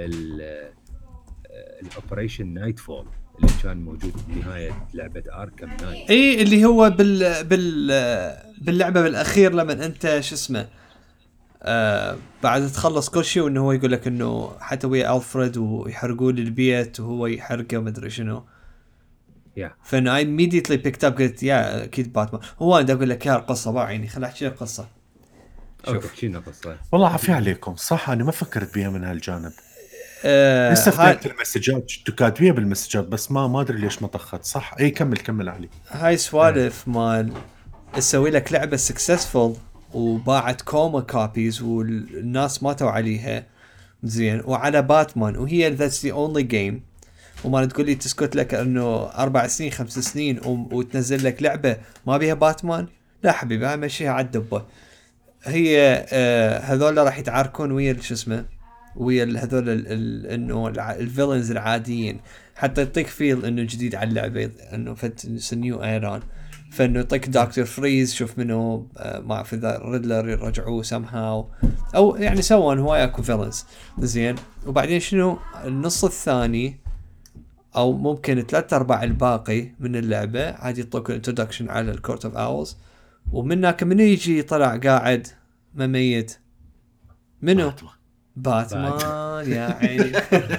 الاوبريشن نايت فول اللي كان موجود بنهايه لعبه اركم نايت. اي اللي هو باللعبه بالاخير لما انت شو اسمه بعد تخلص كل شيء، وانه هو يقول لك انه حتى ويا ألفريد ويحرقوا لي البيت وهو يحرقه وما ادري شنو. فانا immediately picked up قلت يا اكيد باتمان. هو انا اقول لك يا القصه باع عيني، خل احكي لك قصه. شوف شنو قصة. والله عافية عليكم، صح انا ما فكرت بيها من هالجانب. لسه هاي فتحت المسجات كاتبيها بالمسجات بس ما ادري ليش ما طخت. صح اي كمل علي. هاي سوالف مال تسوي لك لعبه سكسسفul وباعت كوما كوبيز والناس ماتوا عليها زين وعلى باتمان، وهي ذاتس ذا اونلي جيم، وما تقول لي تسكت لك انه 4 سنين 5 سنين وتنزل لك لعبه ما بيها باتمان. لا حبيبي هاي مشيها على الدبه. هي هذول راح يتعاركون ويا شو اسمه ويا هذول انه الفيلنز العاديين، حتى يعطيك فيل انه جديد على اللعبه انه فت نيو ايران، فانه يعطيك دكتور فريز شوف منه ما اعرف اذا ريدلر يرجعوه سمهاو او يعني سوون هواي اكو فيلنز زين. وبعدين شنو النص الثاني او ممكن 3/4 الباقي من اللعبه عادي يعطوك الانترودكشن على الكورت اوف اولز، ومنك من يجي طلع قاعد ما ميت منو باتمان يا عيني.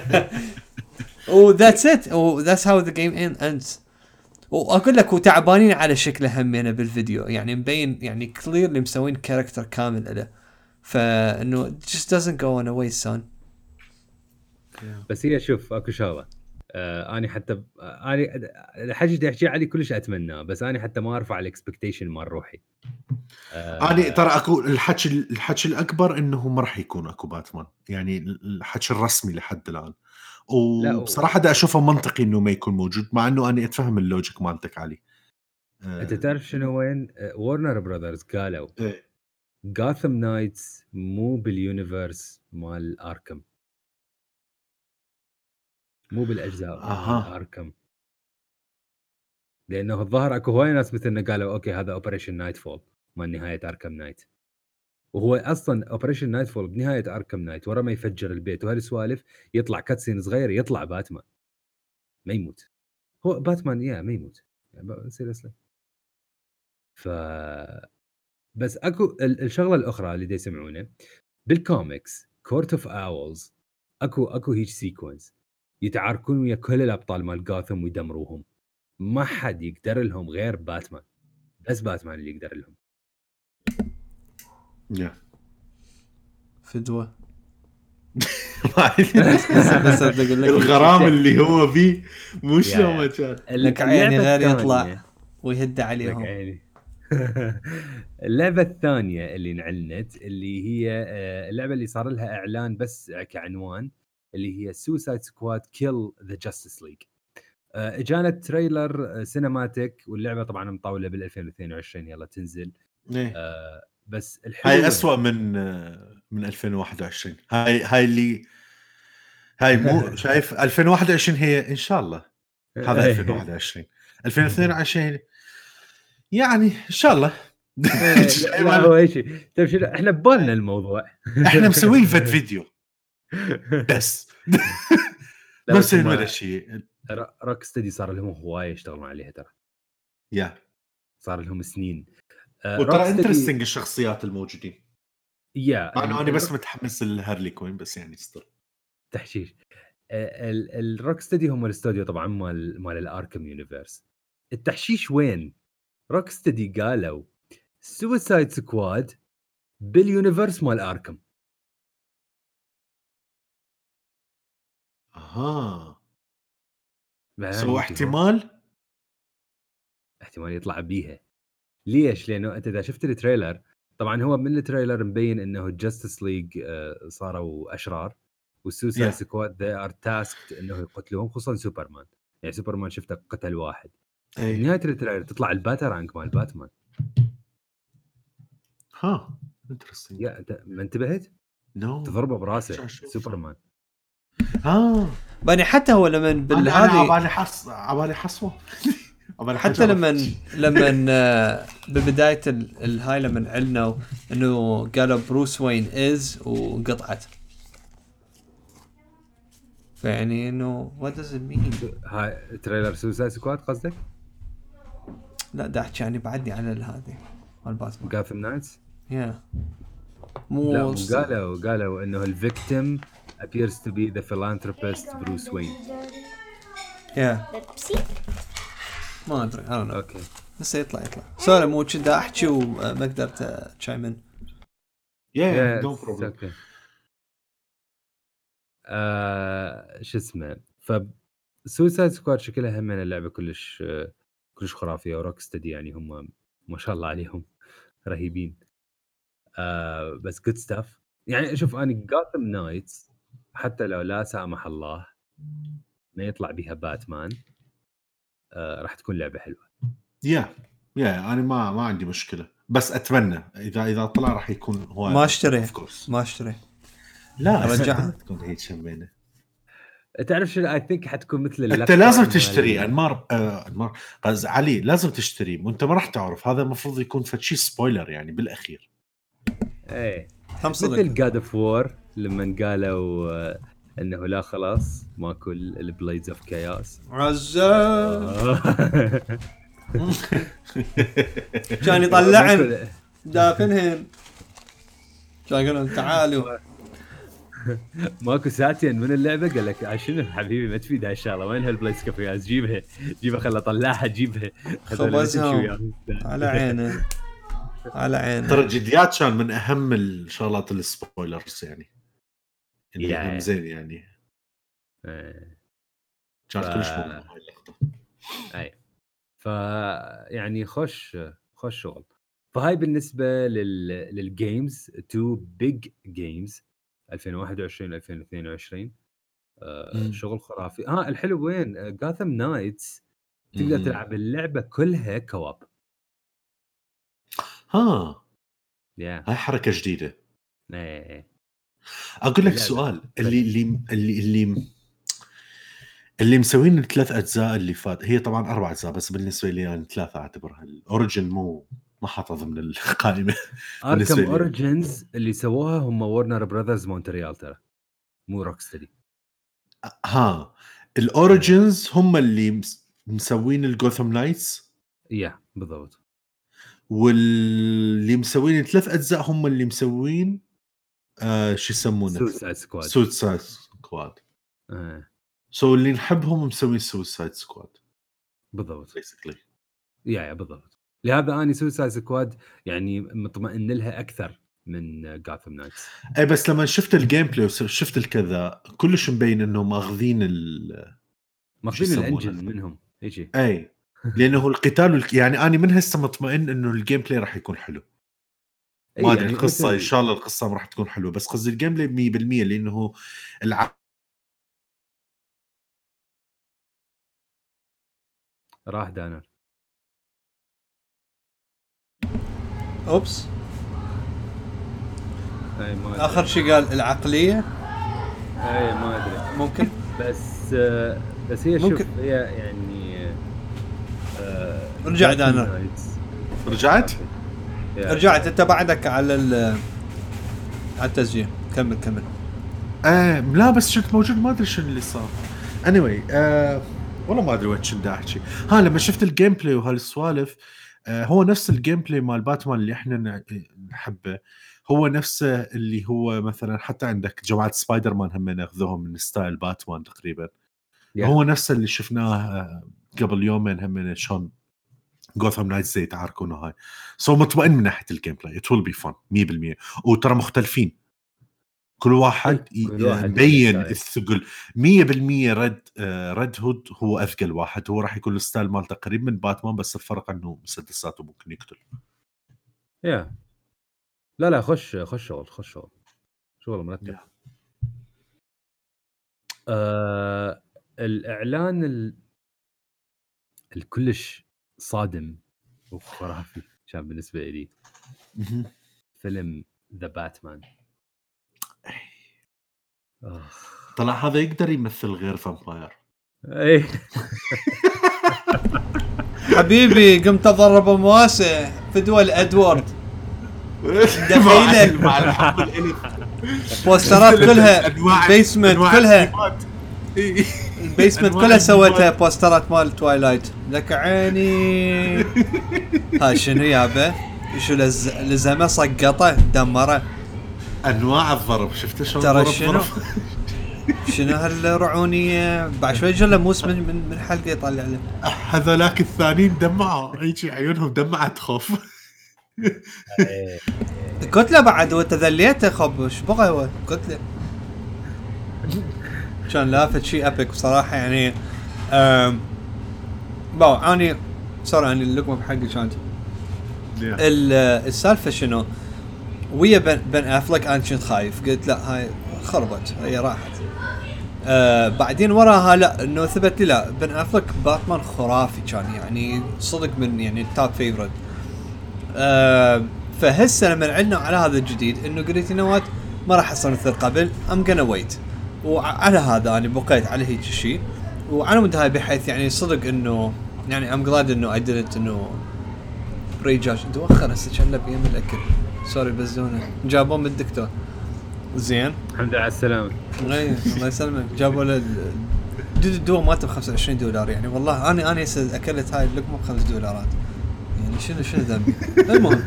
وذاتس ات وذاتس هاو ذا جيم اندز. واقول لك وتعبانين على شكله همينه بالفيديو، يعني مبين يعني كليرلي مسوين كاركتر كامل له، فانه just doesn't go on away son. بس هي شوف اكو شغله اني حتى اني الحكي اللي احكي عليه كلش اتمناه، بس اني حتى ما ارفع الاكسبكتيشن مال روحي. اني ترى اكو الحكي الاكبر انه ما راح يكون اكو باتمان، يعني الحكي الرسمي لحد الان. وبصراحه دا اشوفه منطقي انه ما يكون موجود، مع انه انا اتفهم اللوجيك مالتك علي. انت تعرف شنو وين وورنر براذرز قالوا غاثم نايتس مو باليونيفرس مال اركم، مو بالاجزاء مال اركم، لانه الظاهر اكو هواي ناس مثلنا قالوا اوكي هذا اوبريشن نايت فول مال نهايه اركم نايت، وهو اصلا اوبريشن نايت فول بنهايه اركم نايت ورا ما يفجر البيت وهالسوالف يطلع كاتسين صغير يطلع باتمان ما يموت. هو باتمان ما يموت سيريسلي. ف بس اكو الشغله الاخرى اللي يسمعونه بالكوميكس كورت اوف اولز اكو هيج سيكونس يتعاركون ويا كل الابطال مال جاثم ويدمروهم، ما حد يقدر لهم غير باتمان، بس باتمان اللي يقدر لهم. فدوه بس الغرام اللي هو فيه مش ما كان لك عيني غير يطلع ويهد عليهم. اللعبة الثانية اللي نعلنت اللي هي اللعبة اللي صار لها إعلان بس كعنوان، اللي هي Suicide Squad Kill the Justice League. اجانا تريلر سينماتيك، واللعبة طبعا مطولة بال 2022 يلا تنزل. بس هاي أسوأ من 2021. هاي اللي هاي مو شايف 2021 هي إن شاء الله هذا 2021 2022 يعني إن شاء الله. لا هو ايش طيب احنا ببالنا الموضوع احنا مسوين فيديو بس بس ولا شيء. روك ستدي صار لهم هوايه يشتغلون عليها ترى صار لهم سنين. وترى انترستينج الشخصيات الموجودين. انا بس متحمس لهارلي كوين بس يعني استر تحشيش. الروك ستدي هم الاستوديو طبعا مال الاركم يونيفرس. التحشيش وين؟ روك ستدي قالوا سويسايد سكواد باليونيفرس مال اركم. سو احتمال يطلع بيها. ليش؟ لانه انت اذا شفت التريلر طبعا هو من التريلر مبين انه الجاستس ليج صاروا اشرار، والسوسايد سكواد they are tasked انه يقتلوهم، خصوصا سوبرمان. يعني سوبرمان شفته قتل واحد. نهايه التريلر تطلع الباترانك مال باتمان. انترستينج. يا انت ما انتبهت؟ تضربه براسه سوبرمان. بني حتى هو لما بالهذه عبالي حصوه حتى لما ببدايه الهاي لما علنوا انه قالوا بروس وين وقطعت، فيعني انه what does it mean؟ هاي تريلر سوسايد سكواد قصدك؟ لا ده احكي يعني بعدني على هذه مال باتمان جاثم نايتس. مو قالوا انه الفيكتيم appears to be the philanthropist Bruce Wayne. ما ادري انا اوكي بس يطلع سؤال مو كذا احكي وما قدرت تشايمن. يا نو بروبلم. اوكي شو اسمه سوسايد سكواد شكلها هم من اللعبه كلش خرافيه، وروك ستدي يعني هم ما شاء الله عليهم رهيبين. بس جود ستاف يعني. شوف انا جاثم نايتس حتى لو لا سامح الله ما يطلع بها باتمان راح تكون لعبه حلوه. يا انا ما عندي مشكله، بس اتمنى اذا طلع راح يكون هو ما اشتري of course. ما اشتري لا أرجعها. تكون هيك شمينه. تعرف شو اي ثينك حتكون مثل انت لازم تشتري انمار قصدي علي، لازم تشتري وانت ما راح تعرف. هذا المفروض يكون فشي سبويلر يعني بالاخير. ايه هم صدق مثل جاد اوف وور لما قالوا انه لا خلاص ماكو البليدز اوف كياس عزام كان يطلعن دافنهم كان يقولون تعالوا ماكو ساعتين من اللعبه قال لك شنو حبيبي ما تفيد هالشغله، وين هالبليدز اوف كياس؟ جيبها خل اطلعها جيبها خبزهم على عينه على عينه. ترى جديات كان من اهم الشغلات السبويلرز يعني اللي هم زين يعني كانت كلش مهمه هاي اللقطه. اي يعني خوش شغل. فهاي بالنسبه للجيمز، تو بيج جيمز 2021 2022 شغل خرافي. الحلو وين جاثم نايتس تقدر تلعب اللعبه كلها كواب. هاي حركه جديده. ايه اقول لك سؤال، اللي مسوين الثلاث اجزاء اللي فات، هي طبعا 4 اجزاء بس بالنسبه لي يعني 3 اعتبرها. الاوريجن ما حاطه ضمن القائمه. اركم اوريجنز اللي سووها هم وورنر براذرز مونتريال، ترى مو روك ستدي. الاوريجنز هم اللي مسوين الجوثم نايتس. بالضبط. واللي مسوين 3 اجزاء هم اللي مسوين شو يسمونه سوسايد سكواد. سو اللي نحبهم مسوين سوسايد سكواد بالضبط بيسكلي. بالضبط. لهذا اني سوسايد سكواد يعني مطمئن لها اكثر من جاثم نايتس. اي بس لما شفت الجيم بلاي وشفت الكذا كلش مبين انه ماخذين الانجن منهم هيك. اي لانه القتال يعني اني من هسه مطمئن انه الجيم بلاي راح يكون حلو. ما ادري يعني القصه ان شاء الله القصه راح تكون حلوه، بس قصدي الجيم بلاي 100% لانه راح دانر. اوبس اخر شيء قال العقليه. ما ادري ممكن بس هي شوف هي يعني رجع دانر. رجعت انت بعدك على التسجيل. كمل. لا بس شفت موجود ما ادري شنو اللي صار. anyway والله ما ادري وين كنت احكي. لما شفت الجيم بلاي وهالسوالف هو نفس الجيم بلاي مال باتمان اللي احنا نحبه. هو نفسه اللي هو مثلا حتى عندك جماعه سبايدر مان هم ناخذوهم من ستايل باتمان تقريبا. هو نفسه اللي شفناه قبل يومين هم شلون جوثام نايتس زي تعاركونه هاي. مطمئن من ناحيه الجيم بلاي it will be fun 100%. وترى مختلفين كل واحد يبين الثقل 100%. ريد هود هو اثقل واحد. هو راح يكون الستايل مالته قريب من باتمان بس الفرق انه مسدساته ممكن يقتل. لا خش شغل مرتب. الاعلان الكلش صادم وخرافي كان بالنسبه لي فيلم ذا باتمان. طلع هذا يقدر يمثل غير فامباير. اي حبيبي قمت اضرب مواسع فدوى الادوارد دخيله مع الحب الالف بوسترات كلها بيسمنت كلها البيسمنت كلها سوتها بوسترات مال تويلايت. لك عيني ها شنو يابا شو لزمه سقطه دمره انواع الضرب. شفت شلون ترى شنو شنو هالرعونيه بعد شوي جلموس من حلقه يطلع له. هذولاك الثانيين دمعوا هيجي عيونهم دمعت خوف. كتله بعد وتذليته خب ايش بغى هو كتله كان لافت شيء ابيك بصراحه يعني. باو اني صار اني اللقمه بحقي كانت السالفه شنو ويا بن افلك انا كنت خايف قلت لا هاي خربت هي راحت. بعدين وراها لا انه ثبت لي لا بن افلك باتمان خرافي كان يعني صدق من يعني التوب فيفورت. فهسه لما عدنا على هذا الجديد انه قلت نوات ما راح اصير مثل قبل ام gonna wait وعلى هذا انا بقيت على هيك شيء وعلى مود هاي بحيث يعني صدق انه يعني ام glad انه I didn't انه بريجاش توخر هسه كان له بيم الاكل سوري بزونه جابوه من الدكتور زين الحمد لله على السلامه. اي الله يسلمك جابوا له الدواء مالته ب $25 يعني والله انا هسه اكلت هاي اللقمه ب$5 يعني شنو ذنبي المهم.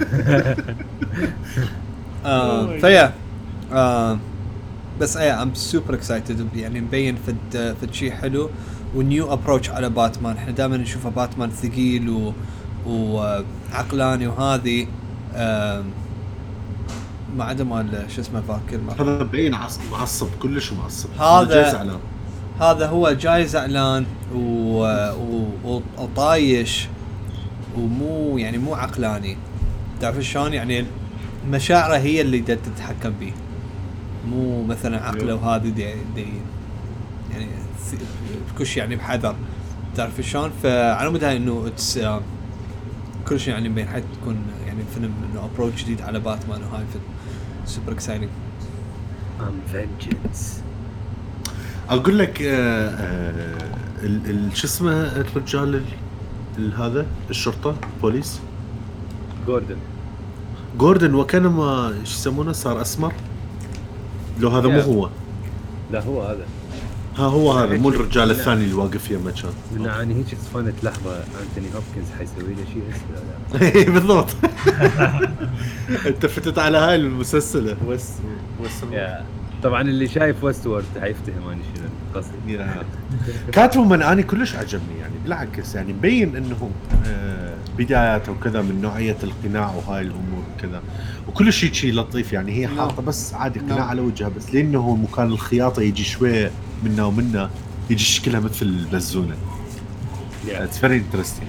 فيا بس ام سوبر اكسايتد يعني مبين فد شيء حلو ونيو ابروتش على باتمان. احنا دائما نشوفه باتمان ثقيل وعقلاني وهذه ما عدا مال شو اسمه فاكر هذا مبين معصب كلش معصب. هذا هو جاي زعلان وطايش ومو يعني مو عقلاني تعرف شلون يعني مشاعره هي اللي تتحكم به مو مثلا عقله وهذه دي يعني كل شيء يعني بحذر تعرف شلون. فعلى مود هاي انه كل شيء يعني بين حيث تكون يعني فيلم انه ابروتش جديد على باتمان وهاي في سوبر اكسايتنج. فينجنس اقول لك شو اسمه الرجال هذا الشرطه بوليس جوردن وكان ما ايش يسمونه صار اسمر لو هذا مو هو. لا هو هذا هو هذا مو الرجال الثاني اللي واقف يمه كان من يعني هيك صفنت لحظه انتوني هوبكنز حيسوي له شيء هسه. اي بالضبط. انت فتت على هاي المسلسله طبعا اللي شايف ويست وورد حيفتهم اني شنو قصدي. كاتومان اني كلش عجبني يعني بالعكس يعني مبين انه بداياته وكذا من نوعيه القناع وهاي الامور وكذا وكل شيء لطيف يعني هي حاطه بس عادي قناع على وجهها بس لانه مكان الخياطه يجي شويه منا ومنا يجي شكلها مثل البزونه. It's very interesting.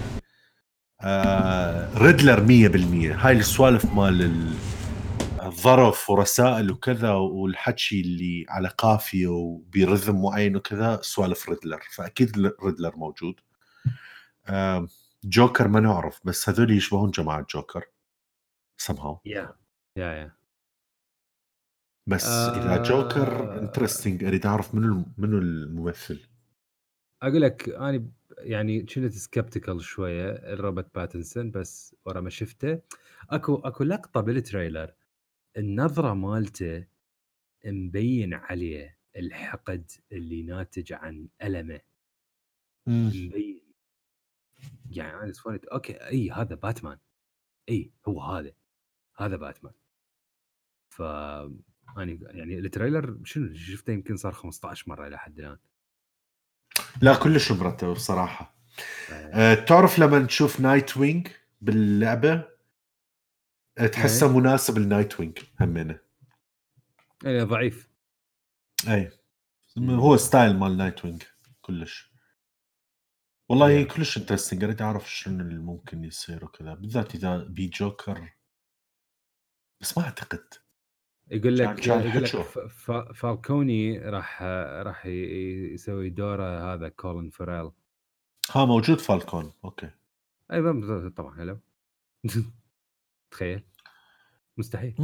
ريدلر 100% هاي السوالف مال الظرف ورسائل وكذا والحكي اللي على قافية وبرذم معين وكذا سوالف ريدلر فأكيد ريدلر موجود. جوكر ما نعرف بس هذول يشبهون جماعة جوكر somehow. يا بس إذا جوكر انترستينج أريد أعرف منو الممثل. أقول لك أنا يعني كنت سكبتيكال شوية روبرت باتنسون بس ورا ما شفته أكو لقطة بالتريلر النظرة مالته مبين عليه الحقد اللي ناتج عن ألمه مبين يعني أنا سويت أوكي أي هذا باتمان أي هو هذا باتمان. أنا يعني التريلر شنو شفته يمكن صار 15 مرة إلى حد الآن. لا كلش مرتب بصراحة. تعرف لما نشوف نايت وينج باللعبة تحسه مناسب لنايت وينج همينه اي ضعيف اي هو ستايل مال نايت وينج كلش والله كلش انترستنج. اريد اعرف شنو اللي ممكن يصير وكذا بالذات اذا بي جوكر بس ما اعتقد. يقول لك فالكوني راح يسوي دوره هذا كولين فيريل. موجود فالكون اوكي اي طبعا هلا تخيل مستحيل.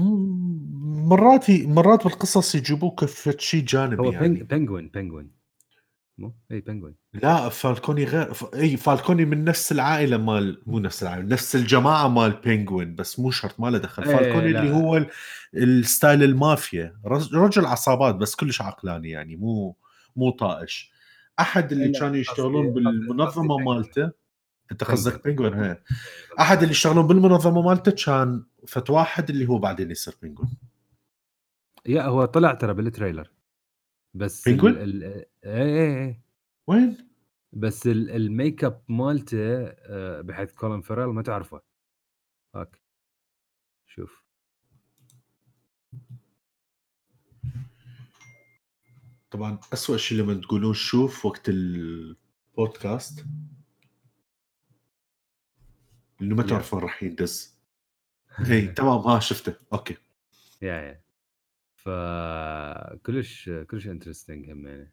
مرات بالقصص يجيبوك في شيء جانبي هو يعني بنغوين مو اي بنغوين لا فالكوني غير اي فالكوني من نفس العائله مال مو نفس العائله نفس الجماعه مال بينغوين بس مو شرط ما له دخل. فالكوني اللي هو الستايل المافيا رجل عصابات بس كلش عقلاني يعني مو طائش. احد اللي كانوا يشتغلون بالمنظمه مالته انت قصدك بينغوين هي احد اللي يشتغلون بالمنظمه مالته كان فت واحد اللي هو بعدين يصير بينغوين. هو طلع ترى بالتريلر بس Penguin؟ ايه وين؟ بس الميك اب مالته بحيث كولين فيرل ما تعرفه هاك شوف طبعا أسوأ شيء لما تقولون شوف وقت البودكاست انه ما تعرف وين راح يدز. اي تمام ها شفته اوكي يا كلش انترستنج همينه.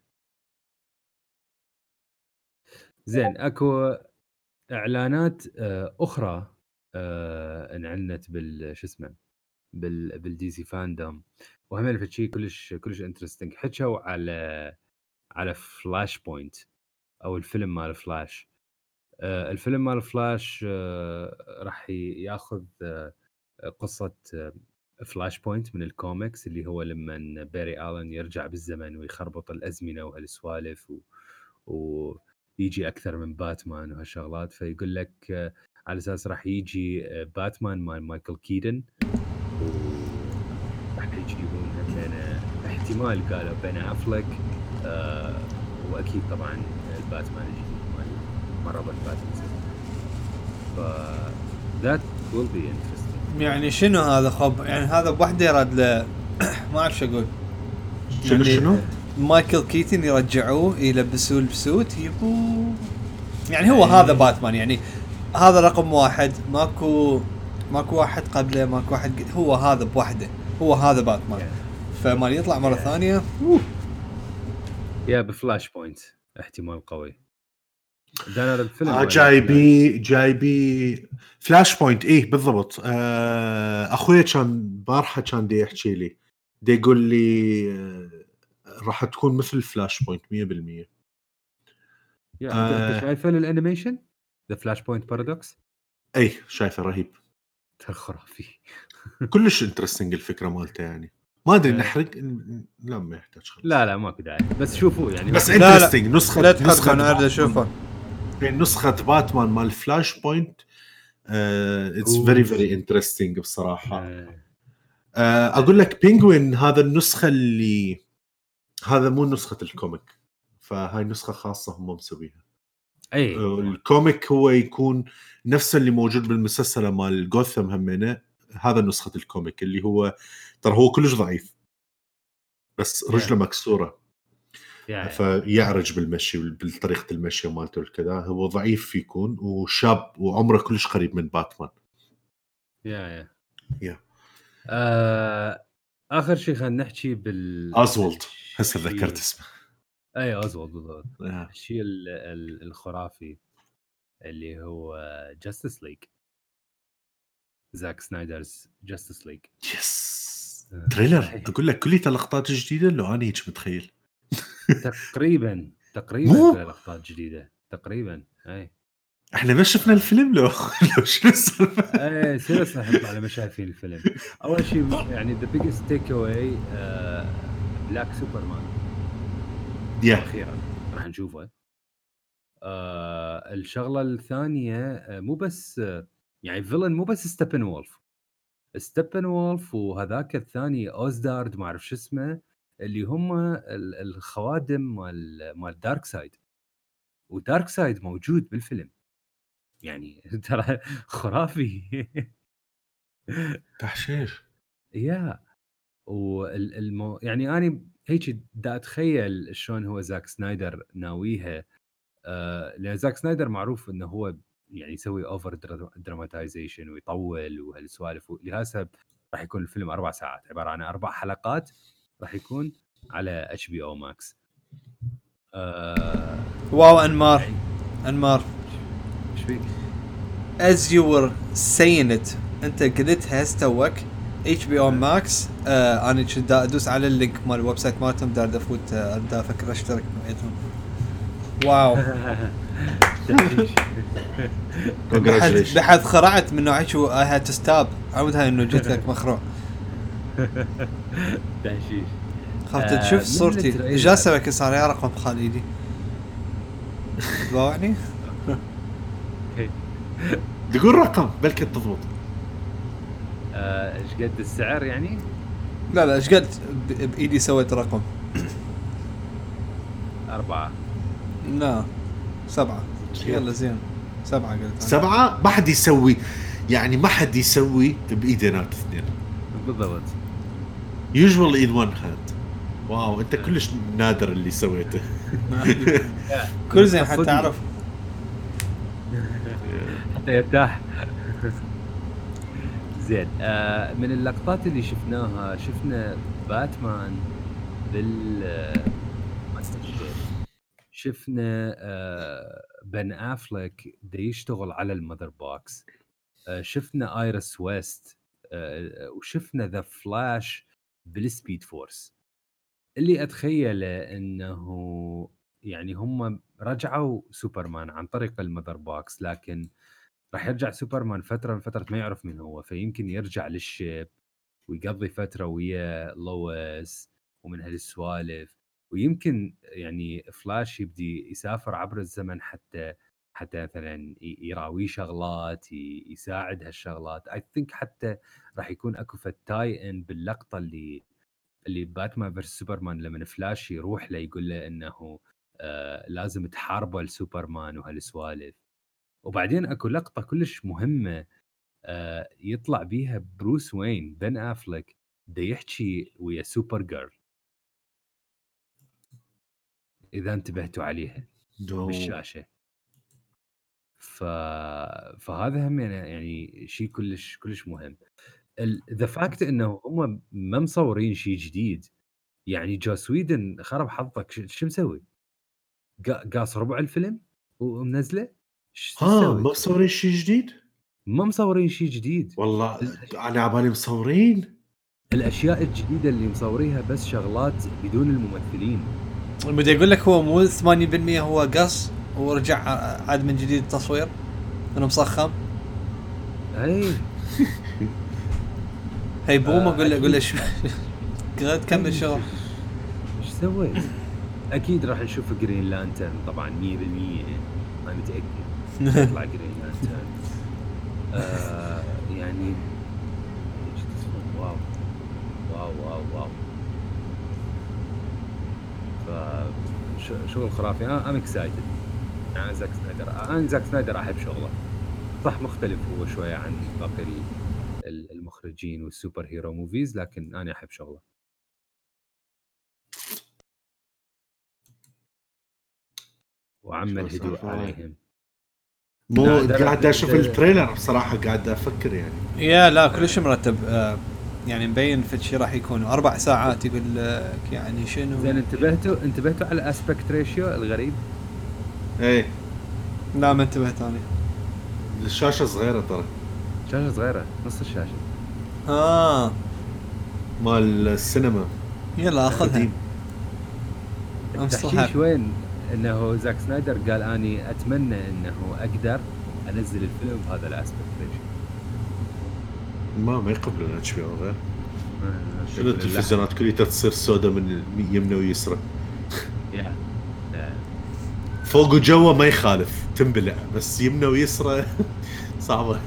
زين اكو اعلانات اخرى انعلنت شو اسمه بالدي سي فاندوم وهم فشي كلش انترستنج. حكوا على فلاش بوينت او الفيلم مال فلاش. الفيلم مال فلاش راح ياخذ قصة فلاش بوينت من الكوميكس اللي هو لما باري آلن يرجع بالزمن ويخربط الأزمنة وهالسوالف ويجي أكثر من باتمان وهالشغلات. فيقول لك على أساس راح يجي باتمان مال مايكل كيتن وراح يجيبون بين احتمال قالوا بين أفلك وأكيد طبعا الباتمان الجديد مال روبرت باتنسون. ف that will be interesting. يعني شنو هذا خب؟ يعني هذا بوحده يرد ما اعرف شو اقول. شنو مايكل كيتن يرجعوه يلبسوه البسوت يبو. يعني هو هذا باتمان، يعني هذا رقم واحد، ماكو واحد قبله، ماكو واحد هو هذا بوحده، هو هذا باتمان. فما يطلع مرة ثانية يا بفلاش بوينت احتمال قوي. ده انا الفيلم جايبي فلاش بوينت. ايه بالضبط. اخويا كان بارحه كان دي يحكي لي دي يقول لي راح تكون مثل فلاش بوينت 100%. انت شايفه الانيميشن ذا فلاش بوينت بارادوكس؟ اي شايفه رهيب خرافي. كلش انترستنج الفكره مالته. يعني ما ادري نحرق لا ما يحتاج خلاص. لا ماكو داعي بس شوفوا يعني بس انترستنج نسخه انا اريد اشوفها. نسخه باتمان مال فلاش بوينت اتس فيري انترستينج بصراحه. اقول لك بينغوين هذا النسخه اللي هذا مو نسخه الكوميك، فهاي نسخه خاصه هم مسويها. اي الكوميك هو يكون نفس اللي موجود بالمسلسل مال غوثم همينه. هذا نسخه الكوميك اللي هو ترى هو كلش ضعيف بس رجله مكسوره فيعرج بالمشي بالطريقه المشي مالته الكذا. هو ضعيف يكون وشاب وعمره كلش قريب من باتمان. يا يا اخر شيء خلينا نحكي اوزولد. هسه ذكرت اسمه. اي اوزولد بالضبط. yeah. الشيء الخرافي اللي هو جاستس ليج، زاك سنايدرز جاستس ليج. يس تريلر. اقول لك كلية لقطات جديده لو انا هيك متخيل. تقريبا لقطات جديده تقريبا. اي احنا ما شفنا الفيلم لو شنو السالفه؟ اي سيريس راح نطلع لما شايفين الفيلم. اول شيء يعني ذا بيجست تيك اواي بلاك سوبرمان اخيرا راح نشوفه. الشغله الثانيه مو بس يعني فيلن، مو بس ستيبن وولف وهذاك الثاني اوزدارد ما اعرف شو اسمه، اللي هم الخوادم مال دارك سايد. ودارك سايد موجود بالفيلم يعني ترى خرافي. تحشيش. يا يعني انا هيك دا اتخيل شلون هو زاك سنايدر ناويها. لان زاك سنايدر معروف انه هو يعني يسوي اوفر دراماتيزيشن ويطول وهالسوالف. لهذا راح يكون الفيلم 4 ساعات عباره عن 4 حلقات راح يكون على HBO ماكس. واو انمار ايش فيك؟ as you were saying it انت قلتها استوك HBO ماكس. انا كنت ادوس على اللينك مال الويب سايت مالتهم دا افوت دا افكر اشترك معهم. واو بحد خرعت من نوعي شو I had to stop. عودها انه جيت لك مخروع تهشيش. خفت تشوف صورتي جالسه لك صار يا رقم خالدي تباوعني. تقول رقم بلكي تضبط. ايش قد السعر يعني؟ لا ايش قد بايدي سويت رقم. 4. لا 7. يلا زين 7 قلت أنا. 7 ما حد يسوي، يعني ما حد يسوي بإيدينات اثنين. بالضبط. usually in one hand. واو انت كلش نادر اللي سويته. كل زين حتى اعرف. حتى يرتاح. زين. من اللقطات اللي شفناها شفنا باتمان شفنا بن أفلك دا يشتغل على المذر بوكس. شفنا ايرس ويست. وشفنا ذا فلاش بالسبيد فورس. اللي اتخيله انه يعني هم رجعوا سوبرمان عن طريق المذر بوكس، لكن راح يرجع سوبرمان فترة من فترة ما يعرف من هو، فيمكن يرجع للشيب ويقضي فترة ويا لويس ومن هالسوالف، ويمكن يعني فلاش يبدي يسافر عبر الزمن حتى مثلا يراوي شغلات، يساعد هالشغلات. I think حتى راح يكون اكو فتاي ان باللقطة اللي باتمان فيرس سوبرمان لما فلاش يروح له يقول له انه لازم تحاربه السوبرمان وهالسوالف. وبعدين اكو لقطة كلش مهمة يطلع بيها بروس وين بن أفلك دا يحكي ويا سوبر جيرل، إذا انتبهتوا عليها بالشاشة. فهذا هم يعني شيء كلش مهم. ذا فاكت انه هم ما مصورين شيء جديد، يعني جوس ويدن خرب حظك. شو مسوي؟ قاص ربع الفيلم ومنزله. ما مصورين شيء جديد؟ ما مصورين شيء جديد والله انا عبالي مصورين. الاشياء الجديده اللي مصوريها بس شغلات بدون الممثلين. بدي اقول لك هو مو 80% هو قص ورجع عاد من جديد التصوير انه مصخم. اي هي بوم اقول له شو قاعد تكمل شغل. ايش سويت؟ اكيد راح نشوف جرين لانترن طبعا 100%. انا متاكد يطلع جرين لانترن. يعني واو واو واو واو. شغل خرافي. انا اكسايتد. انا زاك سنايدر احب شغله، صح مختلف هو شويه عن باقي المخرجين والسوبر هيرو موفيز، لكن انا احب شغله. وعم الهدوء عليهم. مو قاعد اشوف التريلر بصراحه، قاعد افكر يعني يا لا كلش مرتب. يعني مبين في شيء راح يكون 4 ساعات يقول لك يعني شنو. زين انتبهتوا على الاسبكت ريشيو الغريب؟ ايه لا ما انتبهت انا. الشاشه صغيره ترى، شاشه صغيره نص الشاشه. مال السينما. يلا اخذها. تحكي شوين انه زاك سنايدر قال اني اتمنى انه اقدر انزل الفيلم بهذا الاسبكت ريشيو. ما يقبلون اتش بي او غير. شنو التلفزيونات كلها تصير سوداء من يمنى ويسرى. فوق وجوا ما يخالف تنبلع، بس يمنى ويسرى صعبه.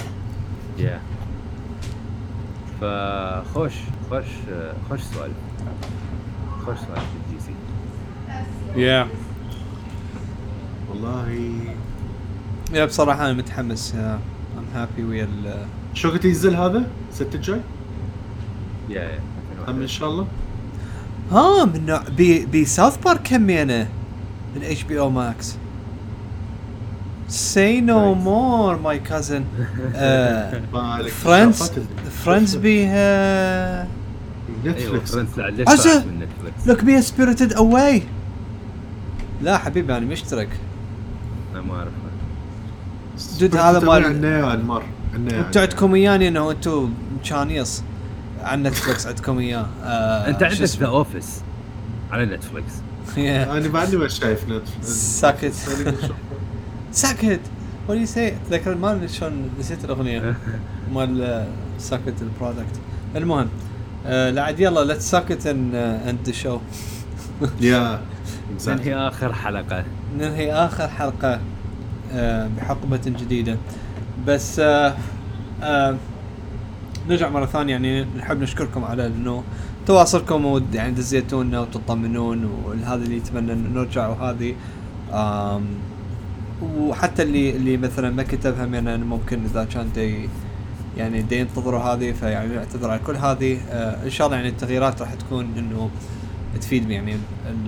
فخوش سؤال بالدي سي. والله يا بصراحه انا متحمس. ام هابي ويا شو قلت ينزل هذا 6 الجاي؟ هم ان شاء الله. من بساوث بارك كمينه الاتش بي او ماكس. Say no more my cousin. friends بيها نتفلكس. look be spirited away. لا حبيبي انا مشترك. انا ما اعرف دود هذا مال انتوا عندكم اياني انه انتوا مشانيص عن نتفلكس عندكم اياه. انت عندك ذا اوفيس على نتفلكس. انا بعدني ما شايف نتفلكس. ساكت what do you say. تذكر المال شلون نسيت الاغنيه مال ساكت البرودكت. المهم لا عاد يلا let's suck it and the show. ننهي آخر حلقة بحقبة جديدة. بس نرجع مرة ثانية. يعني نحب نشكركم على انه تواصلكم يعني دزيتونا وتطمنون وهذا اللي يتمنى إن نرجع وهذه وحتى اللي مثلا ما كتبها من أنا ممكن إذا كان يعني دي ينتظروا هذه فيعني اعتذر على كل هذه. إن شاء الله يعني التغييرات راح تكون إنه تفيد يعني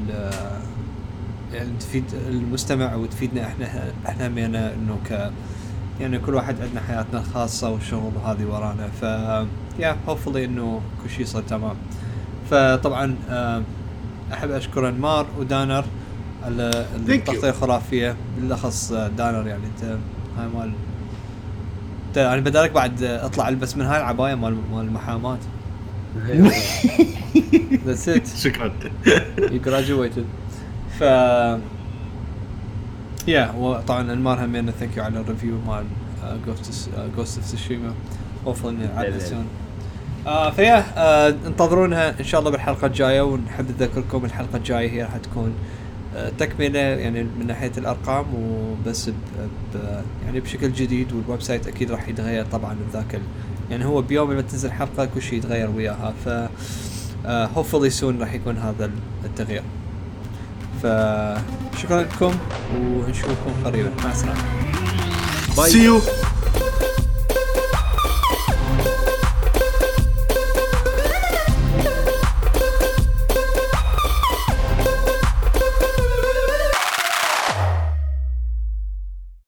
يعني تفيد المستمع وتفيدنا احنا مينا انه يعني كل واحد عندنا حياتنا الخاصة والشغل وهذه ورانا يا hopefully انه كل شيء صار تمام. فطبعا احب اشكر انمار ودانر على التغطية الخرافية بالاخص دانر يعني انت هاي مال يعني بدالك بعد اطلع البس من هاي العباية مال المحاماة. That's it. شكرا. You graduated. وطبعا انمار همين ثانك يو على الريفيو مال Ghost of Tsushima. hopefully نعدل سون. انتظرونا ان شاء الله بالحلقة الجاية. ونحب نذكركم الحلقة الجاية هي راح تكون تكملة يعني من ناحية الارقام وبس يعني بشكل جديد. والويب سايت اكيد راح يتغير طبعا بذاك يعني هو بيوم لما تنزل حلقة كل شيء يتغير وياها. hopefully soon راح يكون هذا التغيير. فشكرا لكم ونشوفكم قريبا. مع السلامة. See you.